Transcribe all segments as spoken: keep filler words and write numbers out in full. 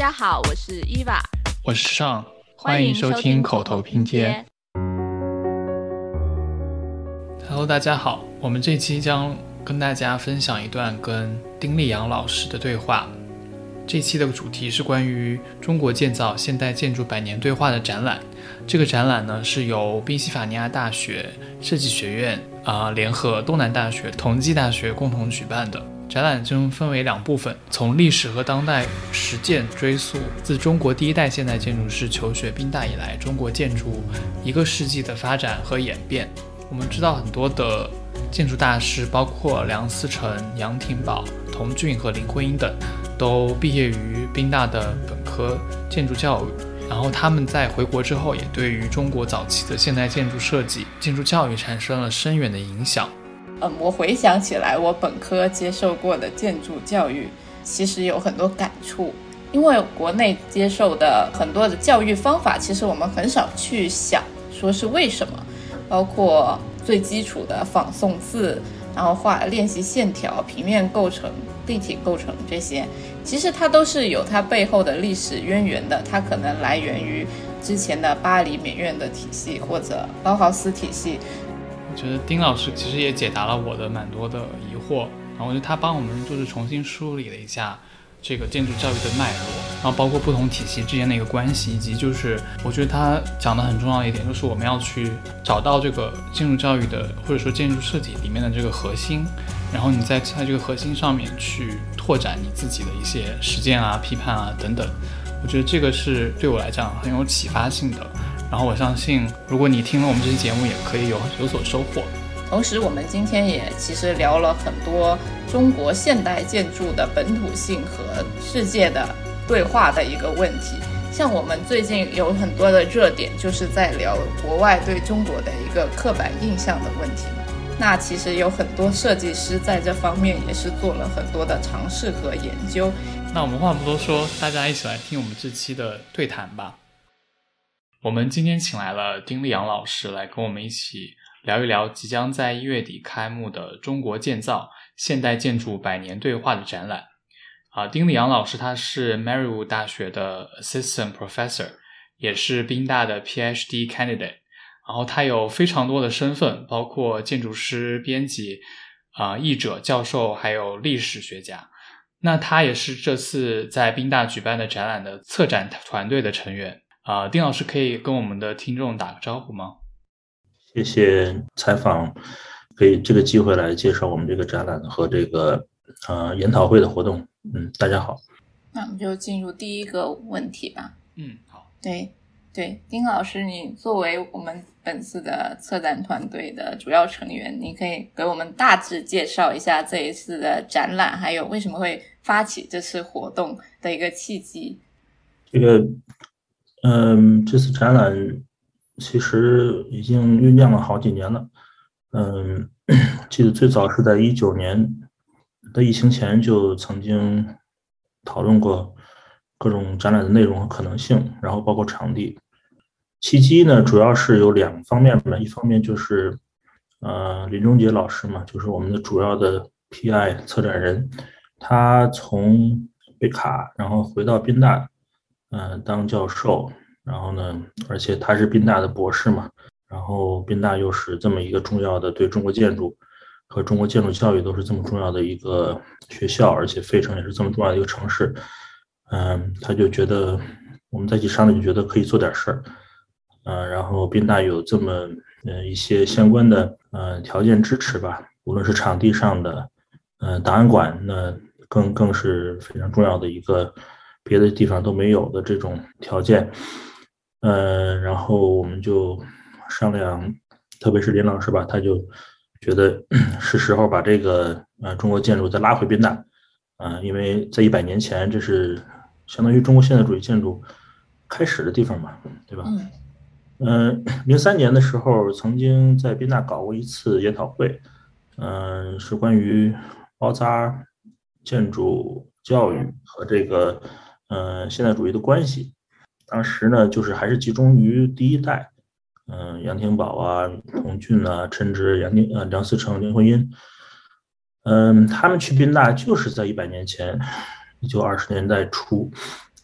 家好，我是伊娃， 我是尚，欢迎收听口头拼贴。Hello， 大家好，我们这期将跟大家分享一段跟丁立阳老师的对话。这期的主题是关于中国建造现代建筑百年对话的展览。这个展览呢是由宾夕法尼亚大学设计学院啊、呃、联合东南大学、同济大学共同举办的。展览中分为两部分，从历史和当代实践追溯自中国第一代现代建筑师求学宾大以来，中国建筑一个世纪的发展和演变。我们知道很多的建筑大师，包括梁思成、杨廷宝、童俊和林徽因等，都毕业于宾大的本科建筑教育。然后他们在回国之后，也对于中国早期的现代建筑设计、建筑教育产生了深远的影响。 嗯，我回想起来，我本科接受过的建筑教育，其实有很多感触。因为国内接受的很多的教育方法，其实我们很少去想说是为什么，包括最基础的仿宋字，然后画练习线条、平面构成、立体构成这些，其实它都是有它背后的历史渊源的。它可能来源于之前的巴黎美院的体系或者包豪斯体系。 我觉得丁老师其实也解答了我的蛮多的疑惑，然后我觉得他帮我们就是重新梳理了一下这个建筑教育的脉络，然后包括不同体系之间的一个关系，以及就是我觉得他讲的很重要的一点，就是我们要去找到这个建筑教育的或者说建筑设计里面的这个核心，然后你在在这个核心上面去拓展你自己的一些实践啊、批判啊等等。我觉得这个是对我来讲很有启发性的。然后我相信，如果你听了我们这期节目，也可以有有所收获。 同时，我们今天也其实聊了很多中国现代建筑的本土性和世界的对话的一个问题。像我们最近有很多的热点，就是在聊国外对中国的一个刻板印象的问题。那其实有很多设计师在这方面也是做了很多的尝试和研究。 那我们话不多说，大家一起来听我们这期的对谈吧。我们今天请来了丁立阳老师来跟我们一起聊一聊即将在一月底开幕的中国建造现代建筑百年对话的展览。啊，丁立阳老师他是 Marywood 大学的 Assistant Professor， 也是宾大的 PhD Candidate， 然后他有非常多的身份，包括建筑师、编辑、啊、译者、教授，还有历史学家。那他也是这次在宾大举办的展览的策展团队的成员。啊、呃，丁老师可以跟我们的听众打个招呼吗？ 谢谢采访，给这个机会来介绍我们这个展览和这个呃研讨会的活动。嗯，大家好。 那我们就进入第一个问题吧。 嗯，好。 对对，丁老师，你作为我们本次的策展团队的主要成员，你可以给我们大致介绍一下这一次的展览，还有为什么会发起这次活动的一个契机。 这个嗯，这次展览其实已经酝酿了好几年了。嗯，记得最早是在一九年的疫情前就曾经讨论过各种展览的内容和可能性，然后包括场地。契机呢，主要是有两方面吧，一方面就是呃林中杰老师嘛，就是我们的主要的 P I 策展人，他从北卡然后回到宾大。呃，当教授，然后呢，而且他是宾大的博士嘛，然后宾大又是这么一个重要的对中国建筑和中国建筑教育都是这么重要的一个学校，而且费城也是这么重要的一个城市，嗯，他就觉得我们在一起商量，就觉得可以做点事儿，呃，然后宾大有这么呃一些相关的呃条件支持吧，无论是场地上的，呃，档案馆那更更是非常重要的一个。别的地方都没有的这种条件，呃，然后我们就商量，特别是林老师吧，他就觉得是时候把这个呃中国建筑再拉回宾大，啊、呃，因为在一百年前，这是相当于中国现代主义建筑开始的地方嘛，对吧？嗯，零、呃、三年的时候，曾经在宾大搞过一次研讨会，嗯、呃，是关于包扎建筑教育和这个。呃，现代主义的关系，当时呢，就是还是集中于第一代，嗯、呃，杨廷宝啊、童俊啊、陈植、杨定、呃、梁思成、林徽因，嗯、呃，他们去宾大就是在一百年前，一九二十年代初，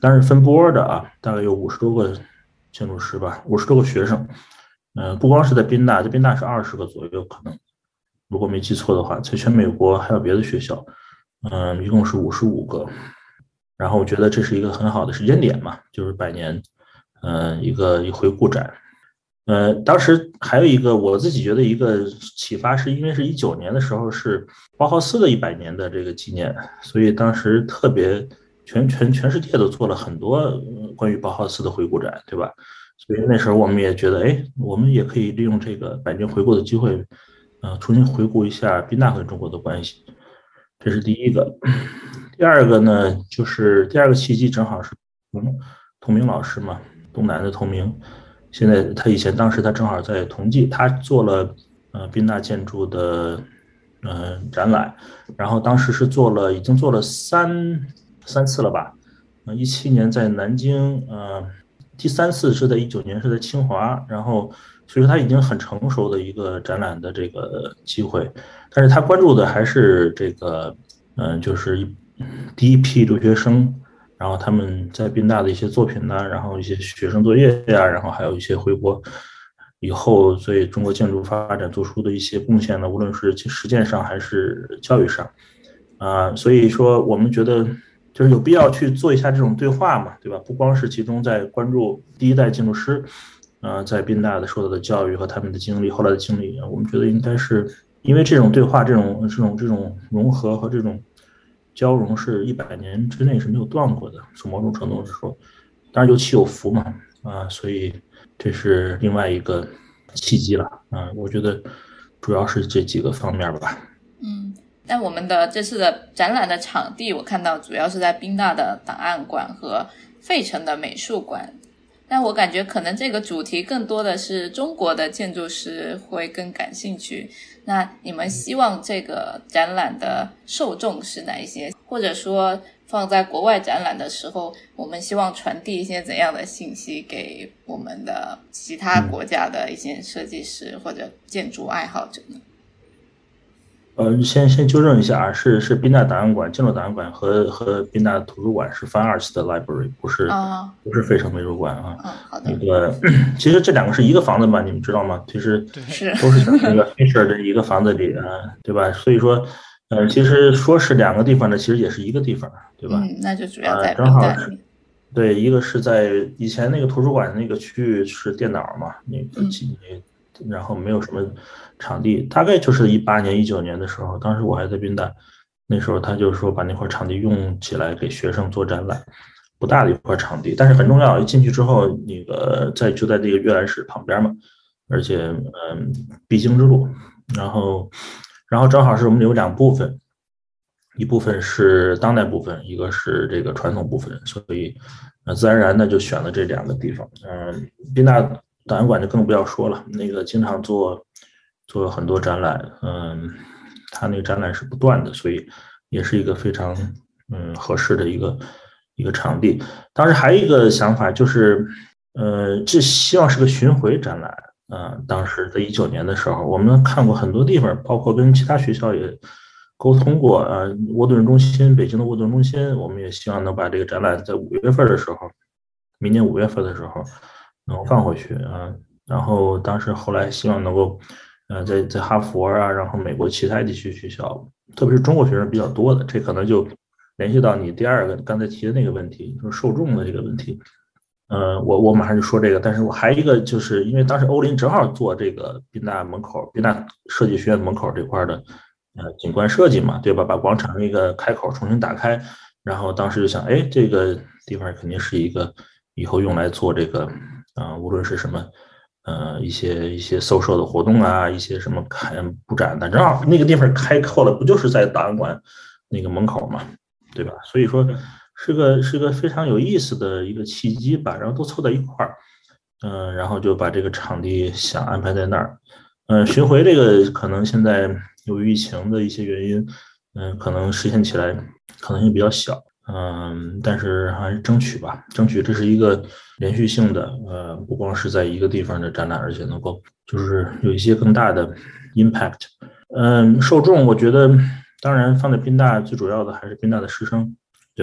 但是分波的啊，大概有五十多个建筑师吧，五十多个学生。嗯、呃，不光是在宾大，在宾大是二十个左右，可能如果没记错的话，在全美国还有别的学校，嗯、呃，一共是五十五个。然后我觉得这是一个很好的时间点嘛，就是百年，嗯、呃，一个一回顾展。呃，当时还有一个我自己觉得一个启发，是因为是一九年的时候是包豪斯的一百年的这个纪念，所以当时特别全全全世界都做了很多关于包豪斯的回顾展，对吧？所以那时候我们也觉得，哎，我们也可以利用这个百年回顾的机会，呃，重新回顾一下宾大和中国的关系，这是第一个。第二个呢，就是第二个契机正好是童明老师嘛，东南的童明。现在他以前当时他正好在同济，他做了呃宾大建筑的呃展览，然后当时是做了已经做了三三次了吧，呃一七年在南京，呃第三次是在一九年是在清华，然后所以说他已经很成熟的一个展览的这个机会，但是他关注的还是这个嗯、呃、就是第一批留学生。然后他们在宾大的一些作品呢，然后一些学生作业呀，然后还有一些回国以后对中国建筑发展做出的一些贡献呢，无论是实践上还是教育上，啊、呃，所以说我们觉得就是有必要去做一下这种对话嘛，对吧？不光是集中在关注第一代建筑师，呃，在宾大的受到的教育和他们的经历，后来的经历，我们觉得应该是因为这种对话、这种这种这种融合和这种。交融是一百年之内是没有断过的，从某种程度上说，当然有起有伏嘛，啊，所以这是另外一个契机了，啊，我觉得主要是这几个方面吧。 嗯，那我们的这次的展览的场地，我看到主要是在宾大的档案馆和费城的美术馆，但我感觉可能这个主题更多的是中国的建筑师会更感兴趣。那你们希望这个展览的受众是哪一些？或者说放在国外展览的时候，我们希望传递一些怎样的信息给我们的其他国家的一些设计师或者建筑爱好者呢？ 呃，先先纠正一下啊，是是宾大档案馆、建筑档案馆和和宾大图书馆是 Fine Arts 的 Library， 不是、哦、不是费城美术馆啊。 嗯、哦，好的。 那个其实这两个是一个房子吧，你们知道吗？其实都是在那个 Fisher 的一个房子里啊，对吧？所以说，呃，其实说是两个地方呢，其实也是一个地方，对吧？ 嗯，那就主要在宾大。呃、对，一个是在以前那个图书馆那个区域是电脑嘛，那个几年。嗯然后没有什么场地，大概就是一八年、一九年的时候，当时我还在宾大，那时候他就说把那块场地用起来给学生做展览，不大的一块场地，但是很重要。一进去之后，那个在就在这个阅览室旁边嘛，而且嗯必经之路。然后，然后正好是我们有两部分，一部分是当代部分，一个是这个传统部分，所以呃自然而然的就选了这两个地方。嗯，宾大档案馆就更不要说了，那个经常做做很多展览，嗯，他那个展览是不断的，所以也是一个非常嗯合适的一个一个场地。当时还有一个想法就是，呃，这希望是个巡回展览啊、呃。当时在一九年的时候，我们看过很多地方，包括跟其他学校也沟通过啊、呃，沃顿中心，北京的沃顿中心，我们也希望能把这个展览在五月份的时候，明年五月份的时候。能放回去啊，然后当时后来希望能够，呃，在在哈佛啊，然后美国其他地区学校，特别是中国学生比较多的，这可能就联系到你第二个刚才提的那个问题，就是受众的这个问题。呃，我我马上就说这个，但是我还一个就是因为当时欧林正好做这个宾大门口，宾大设计学院门口这块的呃景观设计嘛，对吧？把广场那个开口重新打开，然后当时就想，哎，这个地方肯定是一个以后用来做这个。啊、呃，无论是什么，呃，一些一些搜售的活动啊，一些什么开布展的，正好那个地方开扣了，不就是在档案馆那个门口嘛，对吧？所以说是个是个非常有意思的一个契机吧，然后都凑在一块儿，嗯、呃，然后就把这个场地想安排在那儿，嗯、呃，巡回这个可能现在由于疫情的一些原因，嗯、呃，可能实现起来可能性比较小。嗯，但是还是争取吧，争取这是一个连续性的，呃，不光是在一个地方的展览，而且能够就是有一些更大的 impact。嗯，受众我觉得当然放在宾大最主要的还是宾大的师生，对吧？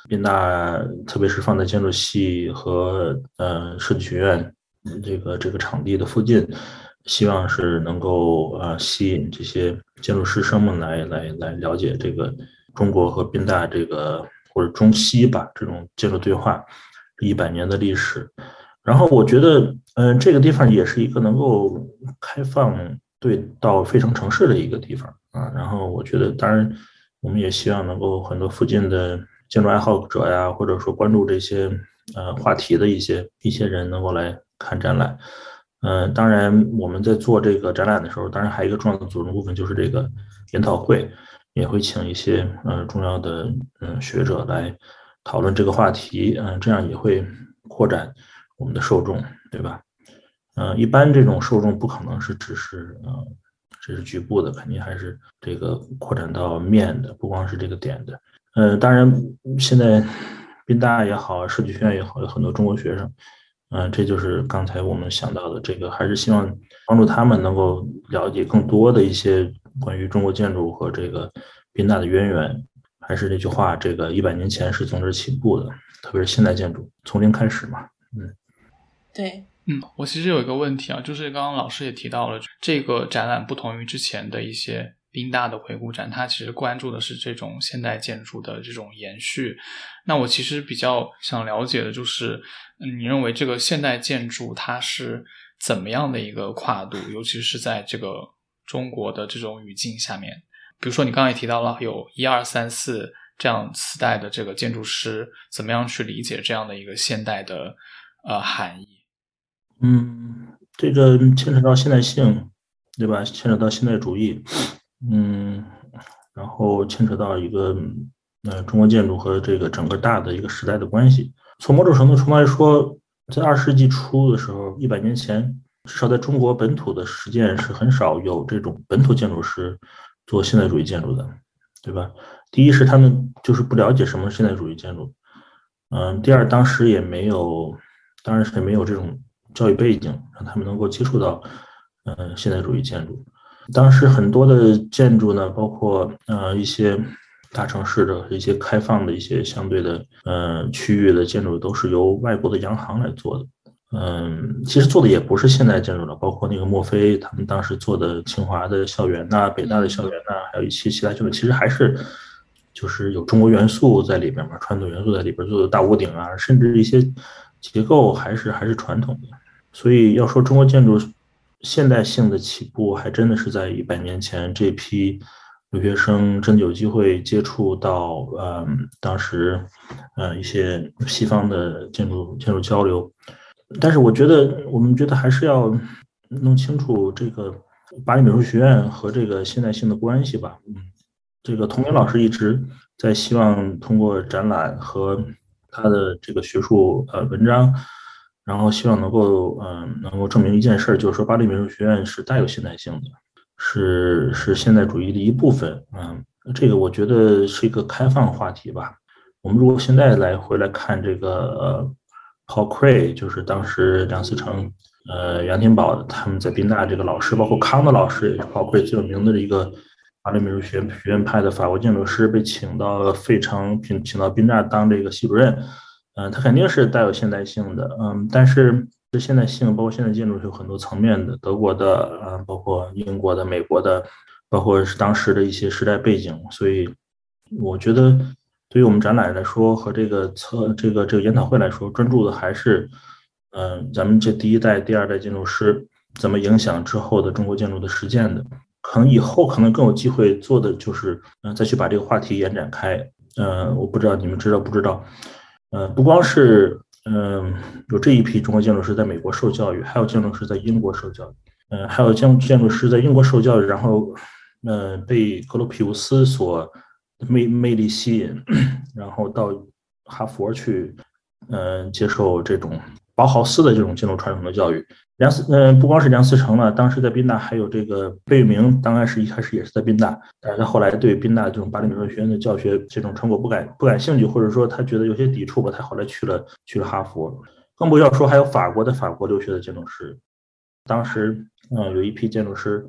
宾大特别是放在建筑系和呃设计学院这个这个场地的附近，希望是能够呃吸引这些建筑师生们来来来了解这个中国和宾大这个或者中西吧这种建筑对话一百年的历史。然后我觉得，嗯、呃，这个地方也是一个能够开放对到非城城市的一个地方啊。然后我觉得，当然我们也希望能够很多附近的建筑爱好者呀，或者说关注这些呃话题的一些一些人能够来看展览。嗯、呃，当然我们在做这个展览的时候，当然还有一个重要的组成部分就是这个研讨会，也会请一些呃重要的嗯、呃、学者来讨论这个话题，嗯、呃，这样也会扩展我们的受众，对吧？呃，一般这种受众不可能是只是呃，只是局部的，肯定还是这个扩展到面的，不光是这个点的。呃，当然现在宾大也好，设计学院也好，有很多中国学生，嗯、呃，这就是刚才我们想到的，这个还是希望帮助他们能够了解更多的一些关于中国建筑和这个宾大的渊源。还是那句话，这个一百年前是从这儿起步的，特别是现代建筑从零开始嘛，嗯。 对， 嗯，我其实有一个问题啊，就是刚刚老师也提到了，这个展览不同于之前的一些宾大的回顾展，它其实关注的是这种现代建筑的这种延续。那我其实比较想了解的就是，嗯，你认为这个现代建筑它是怎么样的一个跨度，尤其是在这个中国的这种语境下面？比如说你刚才也提到了有一二三四这样四代的这个建筑师，怎么样去理解这样的一个现代的呃含义？ 嗯，这个牵扯到现代性，对吧？牵扯到现代主义，嗯，然后牵扯到一个呃中国建筑和这个整个大的一个时代的关系。从某种程度上来说，在二十世纪初的时候，一百年前，至少在中国本土的实践是很少有这种本土建筑师做现代主义建筑的，对吧？第一是他们就是不了解什么是现代主义建筑，嗯，第二当时也没有，当然是没有这种教育背景，让他们能够接触到，呃，现代主义建筑。当时很多的建筑呢，包括呃一些大城市的一些开放的一些相对的呃区域的建筑，都是由外国的洋行来做的。嗯，其实做的也不是现代建筑了，包括那个墨菲他们当时做的清华的校园呐、北大的校园呐、还有一些其他建筑，其实还是就是有中国元素在里边嘛，传统元素在里边，做的大屋顶啊，甚至一些结构还是还是传统的。所以要说中国建筑现代性的起步，还真的是在一百年前这批留学生真的有机会接触到，呃，当时呃一些西方的建筑建筑交流。但是我觉得，我们觉得还是要弄清楚这个巴黎美术学院和这个现代性的关系吧。嗯，这个童明老师一直在希望通过展览和他的这个学术呃文章，然后希望能够嗯、呃、能够证明一件事，就是说巴黎美术学院是带有现代性的，是是现代主义的一部分。嗯，这个我觉得是一个开放话题吧。我们如果现在来回来看这个呃。Paul Cray 就是当时梁思成、呃杨廷宝他们在宾大这个老师，包括康的老师，也是 Paul Cray 最有名的一个巴黎美术学学院派的法国建筑师，被请到费城，请请到宾大当这个系主任。嗯、呃，他肯定是带有现代性的，嗯，但是这现代性包括现代建筑是有很多层面的，德国的，呃，包括英国的、美国的，包括是当时的一些时代背景，所以我觉得。对于我们展览来说，和这个测这个这个研讨会来说，专注的还是，嗯、呃，咱们这第一代、第二代建筑师怎么影响之后的中国建筑的实践的。可能以后可能更有机会做的就是，嗯、呃，再去把这个话题延展开。呃，我不知道你们知道不知道，呃，不光是嗯、呃、有这一批中国建筑师在美国受教育，还有建筑师在英国受教育，呃，还有建建筑师在英国受教育，然后，呃，被格罗皮乌斯所。魅魅力吸引，然后到哈佛去，嗯、呃，接受这种包豪斯的这种建筑传统的教育。梁思，嗯、呃，不光是梁思成了，当时在宾大还有这个贝聿铭，当然是一开始也是在宾大，但是他后来对宾大这种巴黎美术学院的教学这种成果不感不感兴趣，或者说他觉得有些抵触吧，他后来去了去了哈佛。更不要说还有法国的法国留学的建筑师，当时，嗯、呃，有一批建筑师。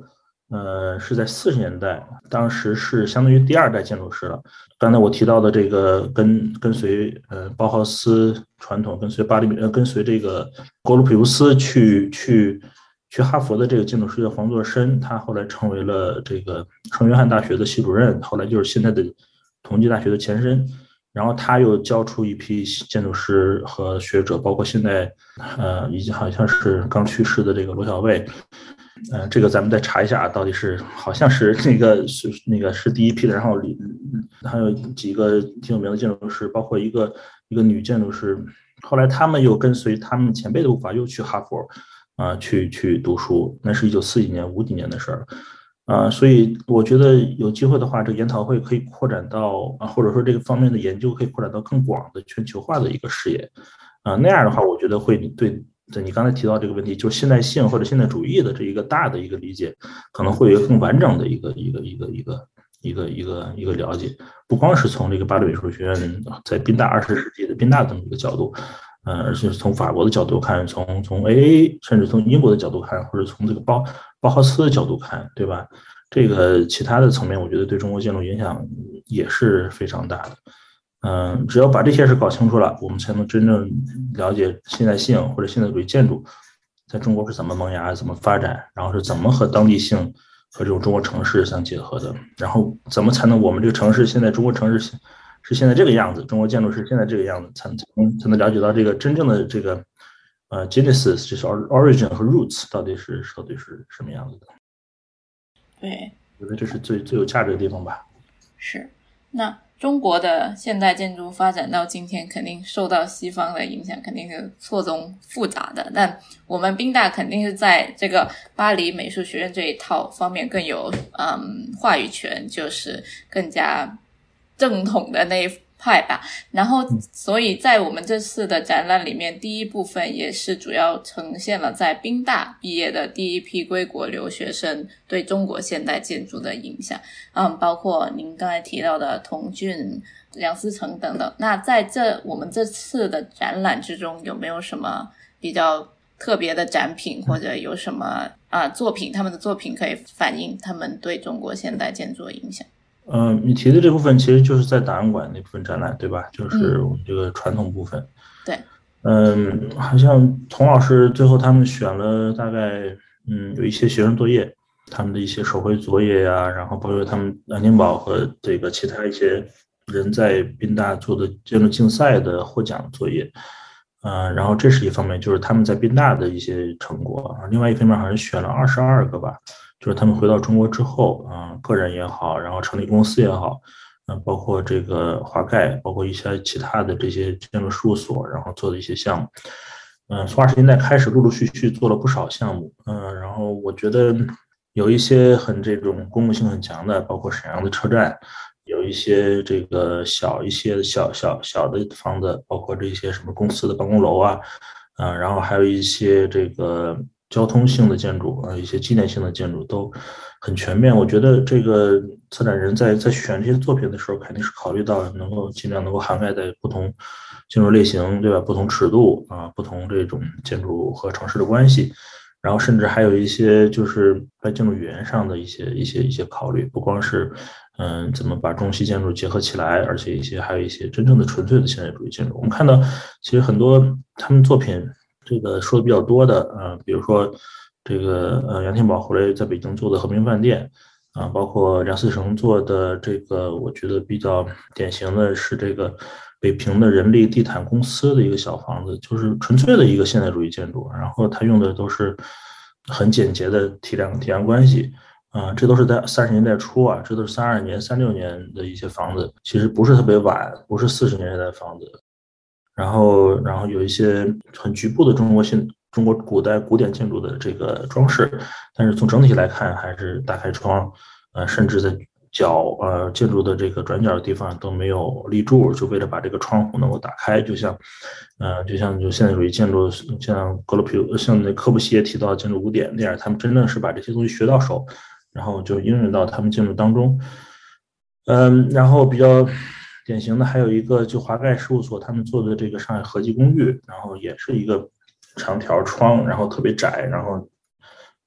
呃，是在四十年代，当时是相当于第二代建筑师了。刚才我提到的这个跟跟随呃包豪斯传统，跟随巴黎呃跟随这个格鲁皮乌斯去去去哈佛的这个建筑师叫黄作申，他后来成为了这个圣约翰大学的系主任，后来就是现在的同济大学的前身。然后他又教出一批建筑师和学者，包括现在呃已经好像是刚去世的这个罗小卫。呃，这个咱们再查一下，到底是好像是那个是那个是第一批的，然后还有几个挺有名的建筑师，包括一个一个女建筑师，后来他们又跟随他们前辈的步伐，又去哈佛啊、呃、去去读书，那是一九四几年五几年的事儿啊、呃，所以我觉得有机会的话，这个研讨会可以扩展到啊，或者说这个方面的研究可以扩展到更广的全球化的一个视野啊、呃，那样的话，我觉得会对。对你刚才提到这个问题，就是现代性或者现代主义的这一个大的一个理解，可能会有更完整的一个一个一个一个一个一个一个了解，不光是从这个巴黎美术学院在宾大二十世纪的宾大这么一个角度，呃，而且从法国的角度看，从从 A A 甚至从英国的角度看，或者从这个包包豪斯的角度看，对吧？这个其他的层面，我觉得对中国建筑影响也是非常大的。嗯，只要把这些事搞清楚了，我们才能真正了解现代性或者现代主义建筑在中国是怎么萌芽、怎么发展，然后是怎么和当地性和这种中国城市相结合的，然后怎么才能我们这个城市现在中国城市是现在这个样子，中国建筑是现在这个样子，才能才能了解到这个真正的这个呃 genesis 就是 origin 和 roots 到底是到底是什么样子的。 对， 我觉得这是最最有价值的地方吧。 是，那中国的现代建筑发展到今天，肯定受到西方的影响，肯定是错综复杂的。但我们宾大肯定是在这个巴黎美术学院这一套方面更有嗯话语权，就是更加正统的那一派吧。然后，所以在我们这次的展览里面，第一部分也是主要呈现了在宾大毕业的第一批归国留学生对中国现代建筑的影响。嗯，包括您刚才提到的童俊、梁思成等等。那在这我们这次的展览之中，有没有什么比较特别的展品，或者有什么啊、呃、作品，他们的作品可以反映他们对中国现代建筑的影响？ 嗯、呃，你提的这部分其实就是在档案馆那部分展览，对吧？就是我们这个传统部分。 嗯、对。 嗯，好像童老师最后他们选了大概嗯有一些学生作业，他们的一些手绘作业呀、啊，然后包括他们梁金宝和这个其他一些人在宾大做的建筑竞赛的获奖作业，嗯、呃，然后这是一方面，就是他们在宾大的一些成果。另外一方面好像选了二十二个吧，就是他们回到中国之后啊、呃，个人也好，然后成立公司也好。嗯，包括这个华盖，包括一些其他的这些建筑事务所，然后做的一些项目。嗯，从二十年代开始，陆陆续续做了不少项目。嗯，然后我觉得有一些很这种公共性很强的，包括沈阳的车站，有一些这个小一些小小小的房子，包括这些什么公司的办公楼啊，啊，然后还有一些这个交通性的建筑啊，一些纪念性的建筑都很全面。我觉得这个策展人在在选这些作品的时候，肯定是考虑到能够尽量能够涵盖在不同建筑类型，对吧？不同尺度啊，不同这种建筑和城市的关系，然后甚至还有一些就是在建筑语言上的一些一些一些考虑，不光是嗯怎么把中西建筑结合起来，而且一些还有一些真正的纯粹的现代主义建筑。我们看到其实很多他们作品这个说的比较多的，呃，比如说这个呃杨天宝后来在北京做的和平饭店。啊，包括梁思成做的这个，我觉得比较典型的是这个北平的人力地毯公司的一个小房子，就是纯粹的一个现代主义建筑。然后它用的都是很简洁的体量体量关系啊，这都是在三十年代初啊，这都是三二年、三六年的一些房子，其实不是特别晚，不是四十年代的房子。然后，然后有一些很局部的中国现中国古代古典建筑的这个装饰，但是从整体来看，还是大开窗，呃，甚至在角呃建筑的这个转角的地方都没有立柱，就为了把这个窗户能够打开，就像，呃，就像就现代主义建筑，像格罗皮，像那科布西耶提到建筑古典那样，他们真正是把这些东西学到手，然后就应用到他们建筑当中，嗯，然后比较典型的还有一个就华盖事务所他们做的这个上海和记公寓，然后也是一个长条窗，然后特别窄，然后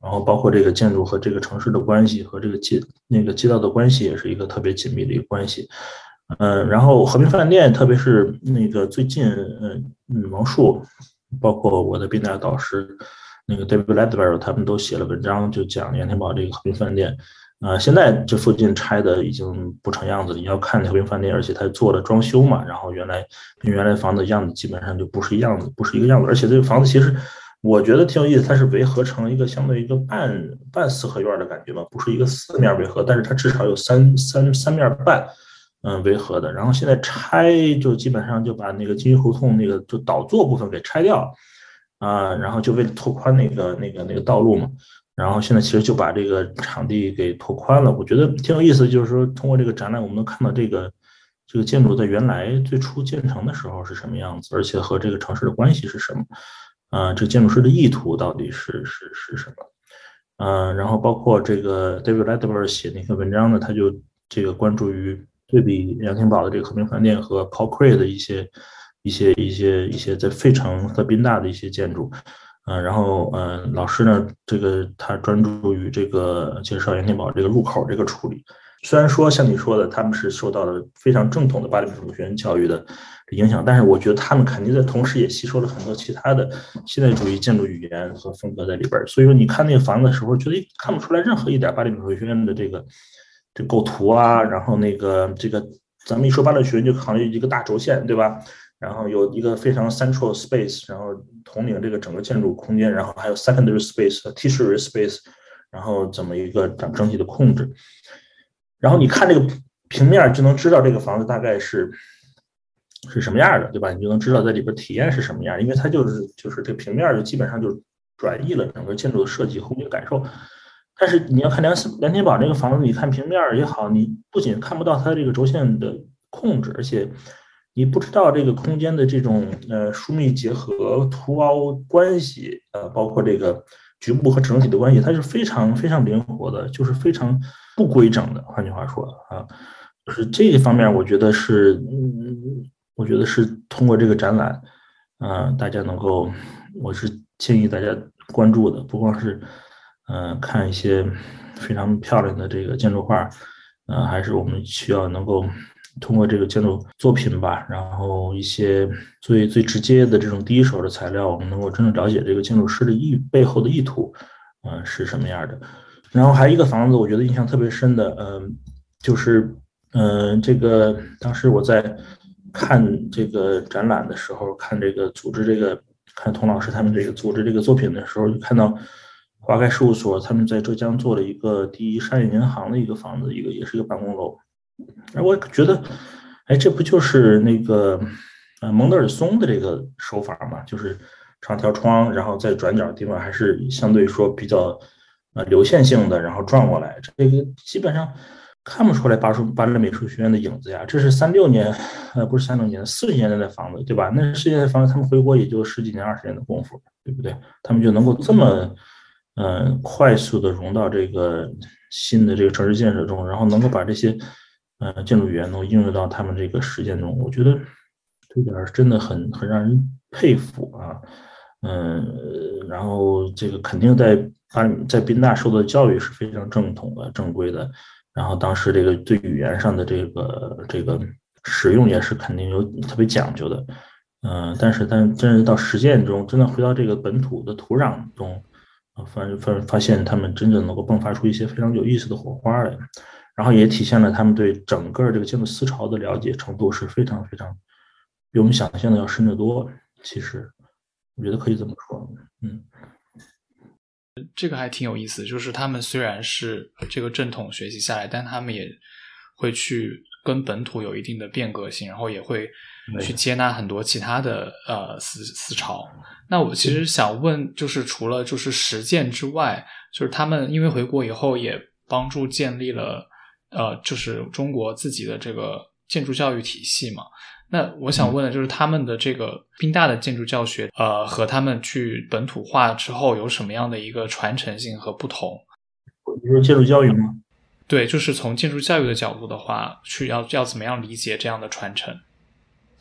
然后包括这个建筑和这个城市的关系和这个街那个街道的关系也是一个特别紧密的一个关系。嗯，然后和平饭店，特别是那个最近，嗯嗯，王树，包括我的宾大导师那个 David Ledbetter 他们都写了文章，就讲杨天宝这个和平饭店。啊、呃，现在这附近拆的已经不成样子了。你要看和平饭店，而且它做了装修嘛，然后原来跟原来房子样子基本上就不是一样子，不是一个样子。而且这个房子其实我觉得挺有意思，它是围合成一个相对一个半半四合院的感觉嘛，不是一个四面围合，但是它至少有三三三面半。嗯，围合的，然后现在拆就基本上就把那个金鱼胡同那个就倒座部分给拆掉，啊，然后就为了拓宽那个那个那个道路嘛，然后现在其实就把这个场地给拓宽了。我觉得挺有意思，就是说通过这个展览，我们能看到这个这个建筑在原来最初建成的时候是什么样子，而且和这个城市的关系是什么，啊，这个建筑师的意图到底是是是什么？嗯，然后包括这个 David Ledbetter 写那篇文章呢，他就这个关注于对比杨廷宝的这个和平饭店和 Paul Cray 的一些一些一些一些在费城和宾大的一些建筑，嗯、呃，然后嗯、呃，老师呢，这个他专注于这个介绍杨廷宝这个入口这个处理。虽然说像你说的，他们是受到了非常正统的巴黎美术学院教育的影响，但是我觉得他们肯定在同时也吸收了很多其他的现代主义建筑语言和风格在里边。所以说，你看那个房子的时候，觉得看不出来任何一点巴黎美术学院的这个这构图啊，然后那个这个咱们一说巴黎美术学院就考虑一个大轴线，对吧？然后有一个非常 central space， 然后统领这个整个建筑空间，然后还有 secondary space、tertiary space， 然后怎么一个整整体的控制。然后你看这个平面就能知道这个房子大概是是什么样的，对吧？你就能知道在里边体验是什么样，因为它就是就是这个平面就基本上就转移了整个建筑的设计空间感受。但是你要看梁梁天宝这个房子，你看平面也好，你不仅看不到它这个轴线的控制，而且你不知道这个空间的这种呃疏密结合、凸凹关系，呃，包括这个局部和整体的关系，它是非常非常灵活的，就是非常不规整的。换句话说啊，就是这一方面，我觉得是，嗯，我觉得是通过这个展览，啊、呃，大家能够，我是建议大家关注的，不光是，嗯、呃，看一些非常漂亮的这个建筑画，呃，还是我们需要能够通过这个建筑作品吧，然后一些最最直接的这种第一手的材料，我们能够真正了解这个建筑师的意背后的意图，嗯、呃，是什么样的。然后还有一个房子，我觉得印象特别深的，嗯、呃，就是，嗯、呃，这个当时我在看这个展览的时候，看这个组织这个，看童老师他们这个组织这个作品的时候，就看到华盖事务所他们在浙江做了一个第一商业银行的一个房子，一个也是一个办公楼。而我觉得，哎，这不就是那个呃蒙德尔松的这个手法嘛？就是长条窗，然后在转角地方还是相对说比较呃流线性的，然后转过来，这个基本上看不出来巴黎巴黎美术学院的影子呀。这是三六年，呃，不是三六年，四十年代的房子，对吧？那四十年代的房子，他们回国也就十几年、二十年的功夫，对不对？他们就能够这么呃快速的融到这个新的这个城市建设中，然后能够把这些呃建筑语言能应用到他们这个实践中，我觉得这点真的很很让人佩服啊。嗯，然后这个肯定在巴黎在宾大受的教育是非常正统的、正规的，然后当时这个对语言上的这个这个使用也是肯定有特别讲究的。嗯，但是但真是到实践中，真的回到这个本土的土壤中，发发发现他们真正能够迸发出一些非常有意思的火花来，然后也体现了他们对整个这个建筑思潮的了解程度是非常非常比我们想象的要深得多。其实我觉得可以这么说。嗯， 这个还挺有意思，就是他们虽然是这个正统学习下来，但他们也会去跟本土有一定的变革性，然后也会去接纳很多其他的呃思思潮。那我其实想问，就是除了就是实践之外，就是他们因为回国以后也帮助建立了呃就是中国自己的这个建筑教育体系嘛。那我想问的就是他们的这个宾大的建筑教学呃和他们去本土化之后有什么样的一个传承性和不同？ 你说建筑教育吗？ 对，就是从建筑教育的角度的话，去要要怎么样理解这样的传承？ 对，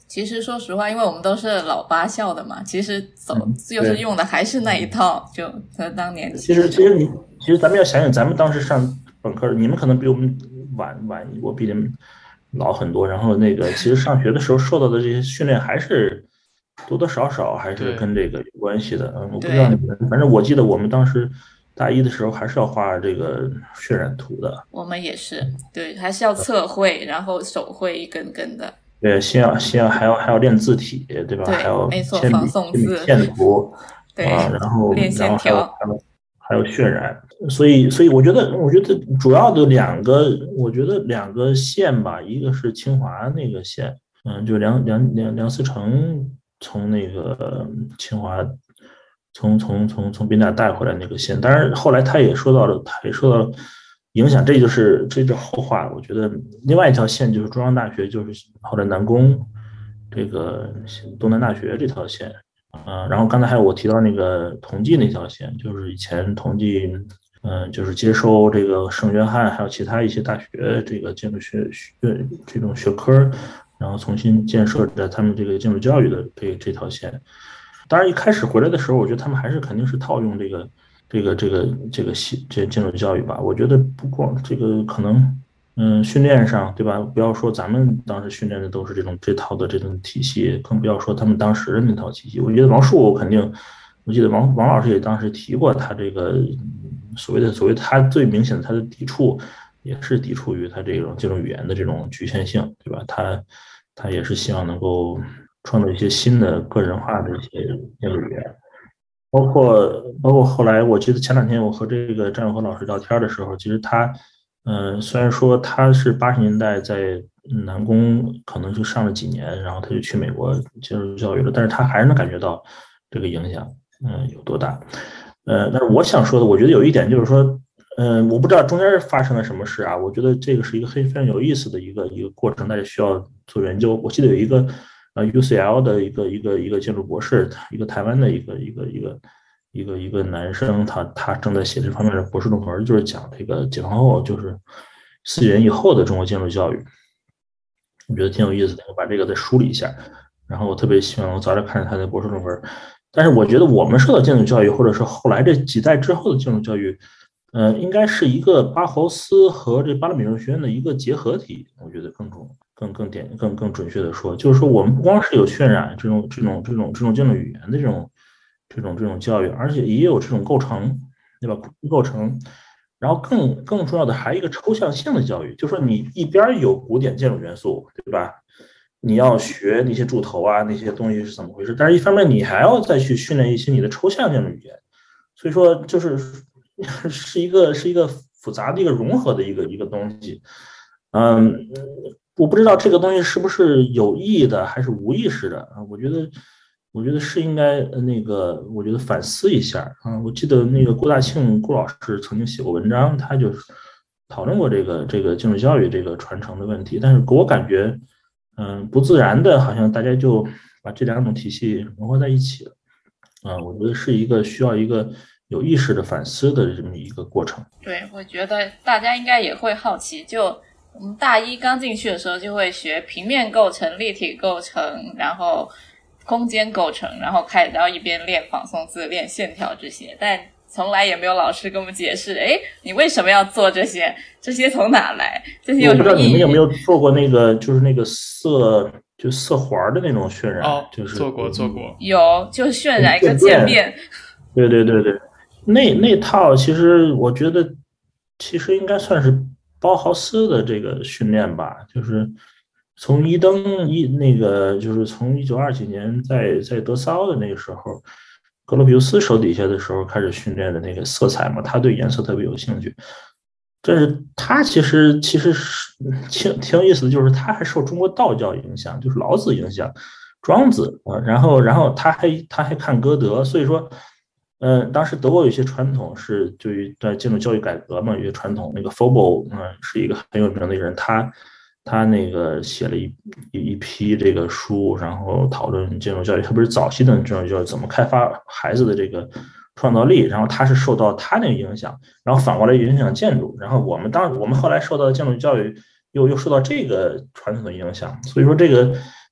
其实说实话，因为我们都是老八校的嘛，其实走嗯就是用的还是那一套，就和当年其实其实你其实咱们要想想，咱们当时上本科，你们可能比我们晚晚，我比你们老很多。然后那个其实上学的时候受到的这些训练，还是多多少少还是跟这个有关系的。嗯，我不知道你们，反正我记得我们当时大一的时候还是要画这个渲染图的。 我们也是，对，还是要测绘，然后手绘一根根的。 对，先要先要还要还要练字体，对吧？ 对， 还要没错， 铅笔仿宋字、 线图， 对啊，然后练线条， 然后还有还有渲染。所以所以我觉得我觉得主要的两个，我觉得两个线吧，一个是清华那个线，嗯，就梁梁梁梁思成从那个清华从从从从宾大带回来那个线，当然后来他也说到了，他也说到了。影响，这就是这是后话。我觉得另外一条线就是中央大学，就是后来南工这个东南大学这条线，啊、呃，然后刚才还有我提到那个同济那条线，就是以前同济，嗯、呃，就是接收这个圣约翰还有其他一些大学这个建筑学学这种学科，然后重新建设的他们这个建筑教育的这这条线。当然一开始回来的时候，我觉得他们还是肯定是套用这个。这个这个这个系这建筑教育吧，我觉得不光这个可能，嗯，训练上对吧？不要说咱们当时训练的都是这种这套的这种体系，更不要说他们当时的那套体系。我觉得王树肯定，我记得王王老师也当时提过，他这个所谓的所谓他最明显的他的抵触，也是抵触于他这种建筑语言的这种局限性，对吧？他他也是希望能够创造一些新的个人化的一些建筑语言。包括包括后来，我记得前两天我和这个张永和老师聊天的时候，其实他，嗯、呃，虽然说他是八十年代在南工可能就上了几年，然后他就去美国接受教育了，但是他还是能感觉到这个影响，嗯、呃，有多大。呃，但是我想说的，我觉得有一点就是说，嗯、呃，我不知道中间发生了什么事啊，我觉得这个是一个非常有意思的一个一个过程，大家需要做研究。我记得有一个。呃 ，U C L 的一个一个一个建筑博士，一个台湾的一个一个一个一个一个男生，他他正在写这方面的博士论文，就是讲这个解放后，就是四几年以后的中国建筑教育，我觉得挺有意思的，我把这个再梳理一下。然后我特别希望我早点看着他的博士论文。但是我觉得我们受到建筑教育，或者是后来这几代之后的建筑教育，呃，应该是一个巴豪斯和这巴勒米热学院的一个结合体，我觉得更重。更更点更更准确的说，就是说我们不光是有渲染这种这种这种这种建筑语言的这种这种这种教育，而且也有这种构成，对吧？构成，然后更更重要的还有一个抽象性的教育，就是说你一边有古典建筑元素，对吧？你要学那些柱头啊那些东西是怎么回事，但是一方面你还要再去训练一些你的抽象建筑语言，所以说就是是一个是一个复杂的一个融合的一个一个东西，嗯。我不知道这个东西是不是有意的还是无意识的啊？我觉得，我觉得是应该那个，我觉得反思一下啊。我记得那个郭大庆郭老师曾经写过文章，他就讨论过这个这个建筑教育这个传承的问题。但是给我感觉，嗯，不自然的，好像大家就把这两种体系融合在一起了啊。我觉得是一个需要一个有意识的反思的这么一个过程。 对，我觉得大家应该也会好奇，就。我们大一刚进去的时候就会学平面构成、立体构成，然后空间构成，然后开始然后一边练仿宋字、练线条这些，但从来也没有老师跟我们解释，诶，你为什么要做这些？这些从哪来？这些有什么意义？ 我不知道你们有没有做过那个，就是那个色就色环的那种渲染？ 哦， 就是做过做过。 有，就渲染一个渐变。 对对对对，那那套其实我觉得其实应该算是。包豪斯的这个训练吧，就是从一登一那个，就是从一九二几年在在德骚的那个时候，格罗皮乌斯手底下的时候开始训练的那个色彩嘛，他对颜色特别有兴趣。但是他其实其实是挺挺有意思的，就是他还受中国道教影响，就是老子影响，庄子啊，然后然后他还他还看歌德，所以说。嗯，当时德国有一些传统是对于在建筑教育改革嘛，有些传统。那个 Froebel 嗯是一个很有名的人，他他那个写了一一一批这个书，然后讨论建筑教育，特别是早期的建筑教育怎么开发孩子的这个创造力。然后他是受到他那个影响，然后反过来影响建筑。然后我们当我们后来受到的建筑教育又又受到这个传统的影响，所以说这个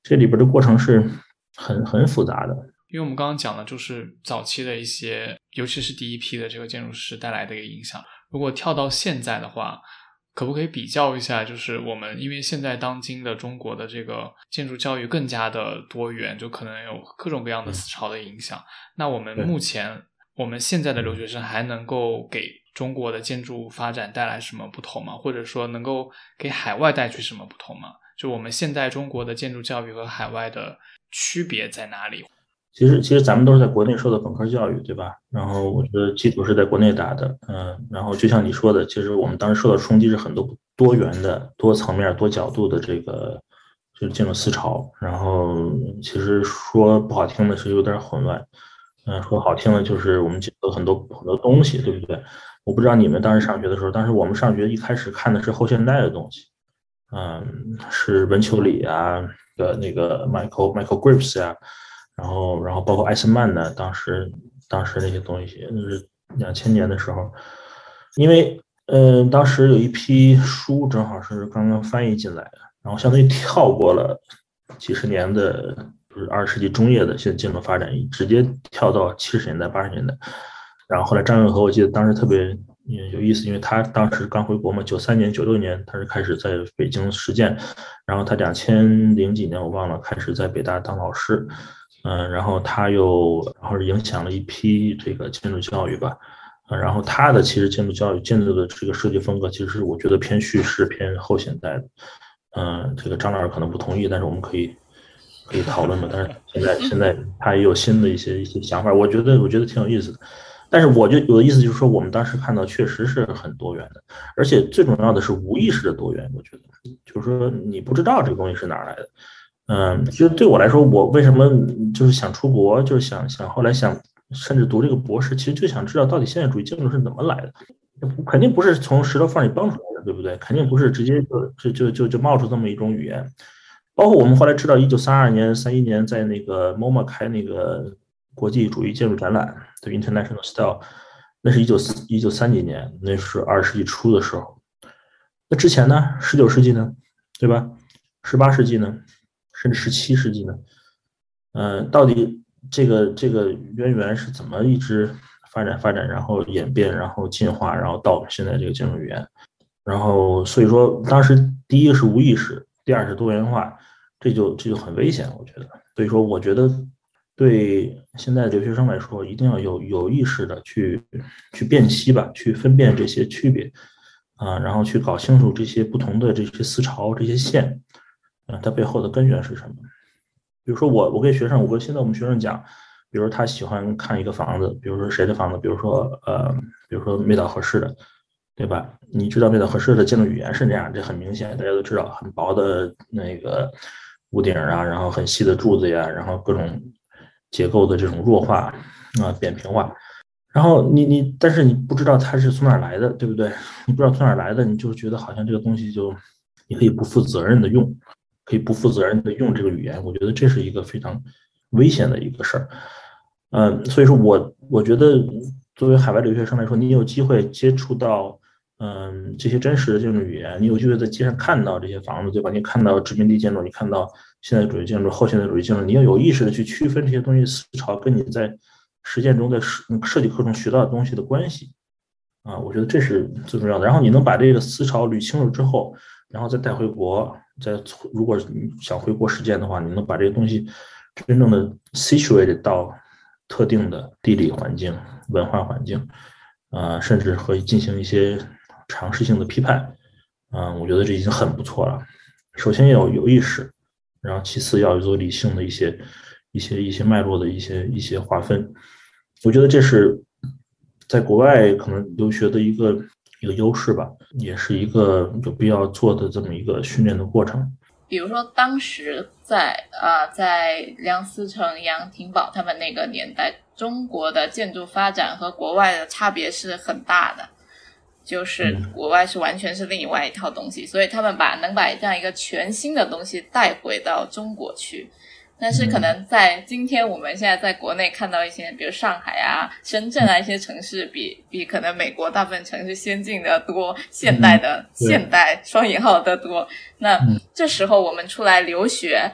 这里边的过程是很很复杂的。 因为我们刚刚讲的就是早期的一些，尤其是第一批的这个建筑师带来的一个影响。如果跳到现在的话，可不可以比较一下，就是我们因为现在当今的中国的这个建筑教育更加的多元，就可能有各种各样的思潮的影响，那我们目前我们现在的留学生还能够给中国的建筑发展带来什么不同吗？或者说能够给海外带去什么不同吗？就我们现在中国的建筑教育和海外的区别在哪里？ 其实，其实咱们都是在国内受的本科教育，对吧？然后我觉得基础是在国内打的，嗯，然后就像你说的，其实我们当时受到冲击是很多多元的、多层面、多角度的这个就是建筑思潮。然后其实说不好听的是有点混乱，嗯，说好听的就是我们接触很多很多东西，对不对？我不知道你们当时上学的时候，当时我们上学一开始看的是后现代的东西，嗯，是文丘里啊的那个 Michael Michael Graves 呀、啊。然后，然后包括艾森曼呢，当时当时那些东西，那是两千年的时候，因为呃，当时有一批书正好是刚刚翻译进来的，然后相当于跳过了几十年的，就是二十世纪中叶的现在建筑发展，直接跳到七十年代、八十年代。然后后来张永和，我记得当时特别有意思，因为他当时刚回国嘛，九三年、九六年他是开始在北京实践，然后他两千零几年我忘了开始在北大当老师。嗯，然后他又然后影响了一批这个建筑教育吧，嗯，然后他的其实建筑教育建筑的这个设计风格，其实我觉得偏叙事、偏后现代的。嗯，这个张老师可能不同意，但是我们可以可以讨论嘛。但是现在现在他也有新的一些一些想法，我觉得我觉得挺有意思的。但是我就有的意思就是说，我们当时看到确实是很多元的，而且最重要的是无意识的多元。我觉得就是说你不知道这个东西是哪儿来的。嗯，其实对我来说，我为什么就是想出国，就是想想后来想甚至读这个博士，其实就想知道到底现代主义建筑是怎么来的。肯定不是从石头缝里蹦出来的，对不对？肯定不是直接就就就就冒出这么一种语言。包括我们后来知道，一九三二年、三一年在那个 M O M A 开那个国际主义建筑展览，对 International Style， 那是一九一九三几年，那是二十世纪初的时候。那之前呢？十九世纪呢？对吧？十八世纪呢？甚至十七世纪呢，呃，到底这个这个渊源是怎么一直发展发展，然后演变，然后进化，然后到现在这个建筑语言，然后所以说当时第一个是无意识，第二是多元化，这就这就很危险，我觉得。所以说，我觉得对现在留学生来说，一定要有有意识的去去辨析吧，去分辨这些区别啊，然后去搞清楚这些不同的这些思潮，这些线。嗯，它背后的根源是什么？比如说我，我跟学生，我跟现在我们学生讲，比如说他喜欢看一个房子，比如说谁的房子，比如说呃，比如说梅岛和世的，对吧？你知道梅岛和世的建筑语言是这样，这很明显，大家都知道，很薄的那个屋顶啊，然后很细的柱子呀，然后各种结构的这种弱化啊、扁平化。然后你你，但是你不知道它是从哪儿来的，对不对？你不知道从哪儿来的，你就觉得好像这个东西就你可以不负责任的用。可以不负责任的用这个语言，我觉得这是一个非常危险的一个事儿。嗯，所以说我我觉得作为海外留学生来说，你有机会接触到嗯这些真实的建筑语言，你有机会在街上看到这些房子，对吧？你看到殖民地建筑，你看到现代主义建筑、后现代主义建筑，你要有意识的去区分这些东西思潮跟你在实践中在设计课中学到的东西的关系啊，我觉得这是最重要的。然后你能把这个思潮捋清楚之后，然后再带回国。在如果你想回国实践的话，你能把这些东西真正的 situate 到特定的地理环境、文化环境，啊、呃，甚至可以进行一些尝试性的批判，啊、呃，我觉得这已经很不错了。首先要有意识，然后其次要做理性的一些、一些、一些脉络的一些、一些划分。我觉得这是在国外可能留学的一个。一个优势吧，也是一个有必要做的这么一个训练的过程。 比如说当时在呃在梁思成、杨廷宝他们那个年代，中国的建筑发展和国外的差别是很大的，就是国外是完全是另外一套东西，所以他们把能把这样一个全新的东西带回到中国去。但是可能在今天我们现在在国内看到一些比如上海啊、深圳啊一些城市比比可能美国大部分城市先进的多，现代的、嗯、现代双引号的多。那这时候我们出来留学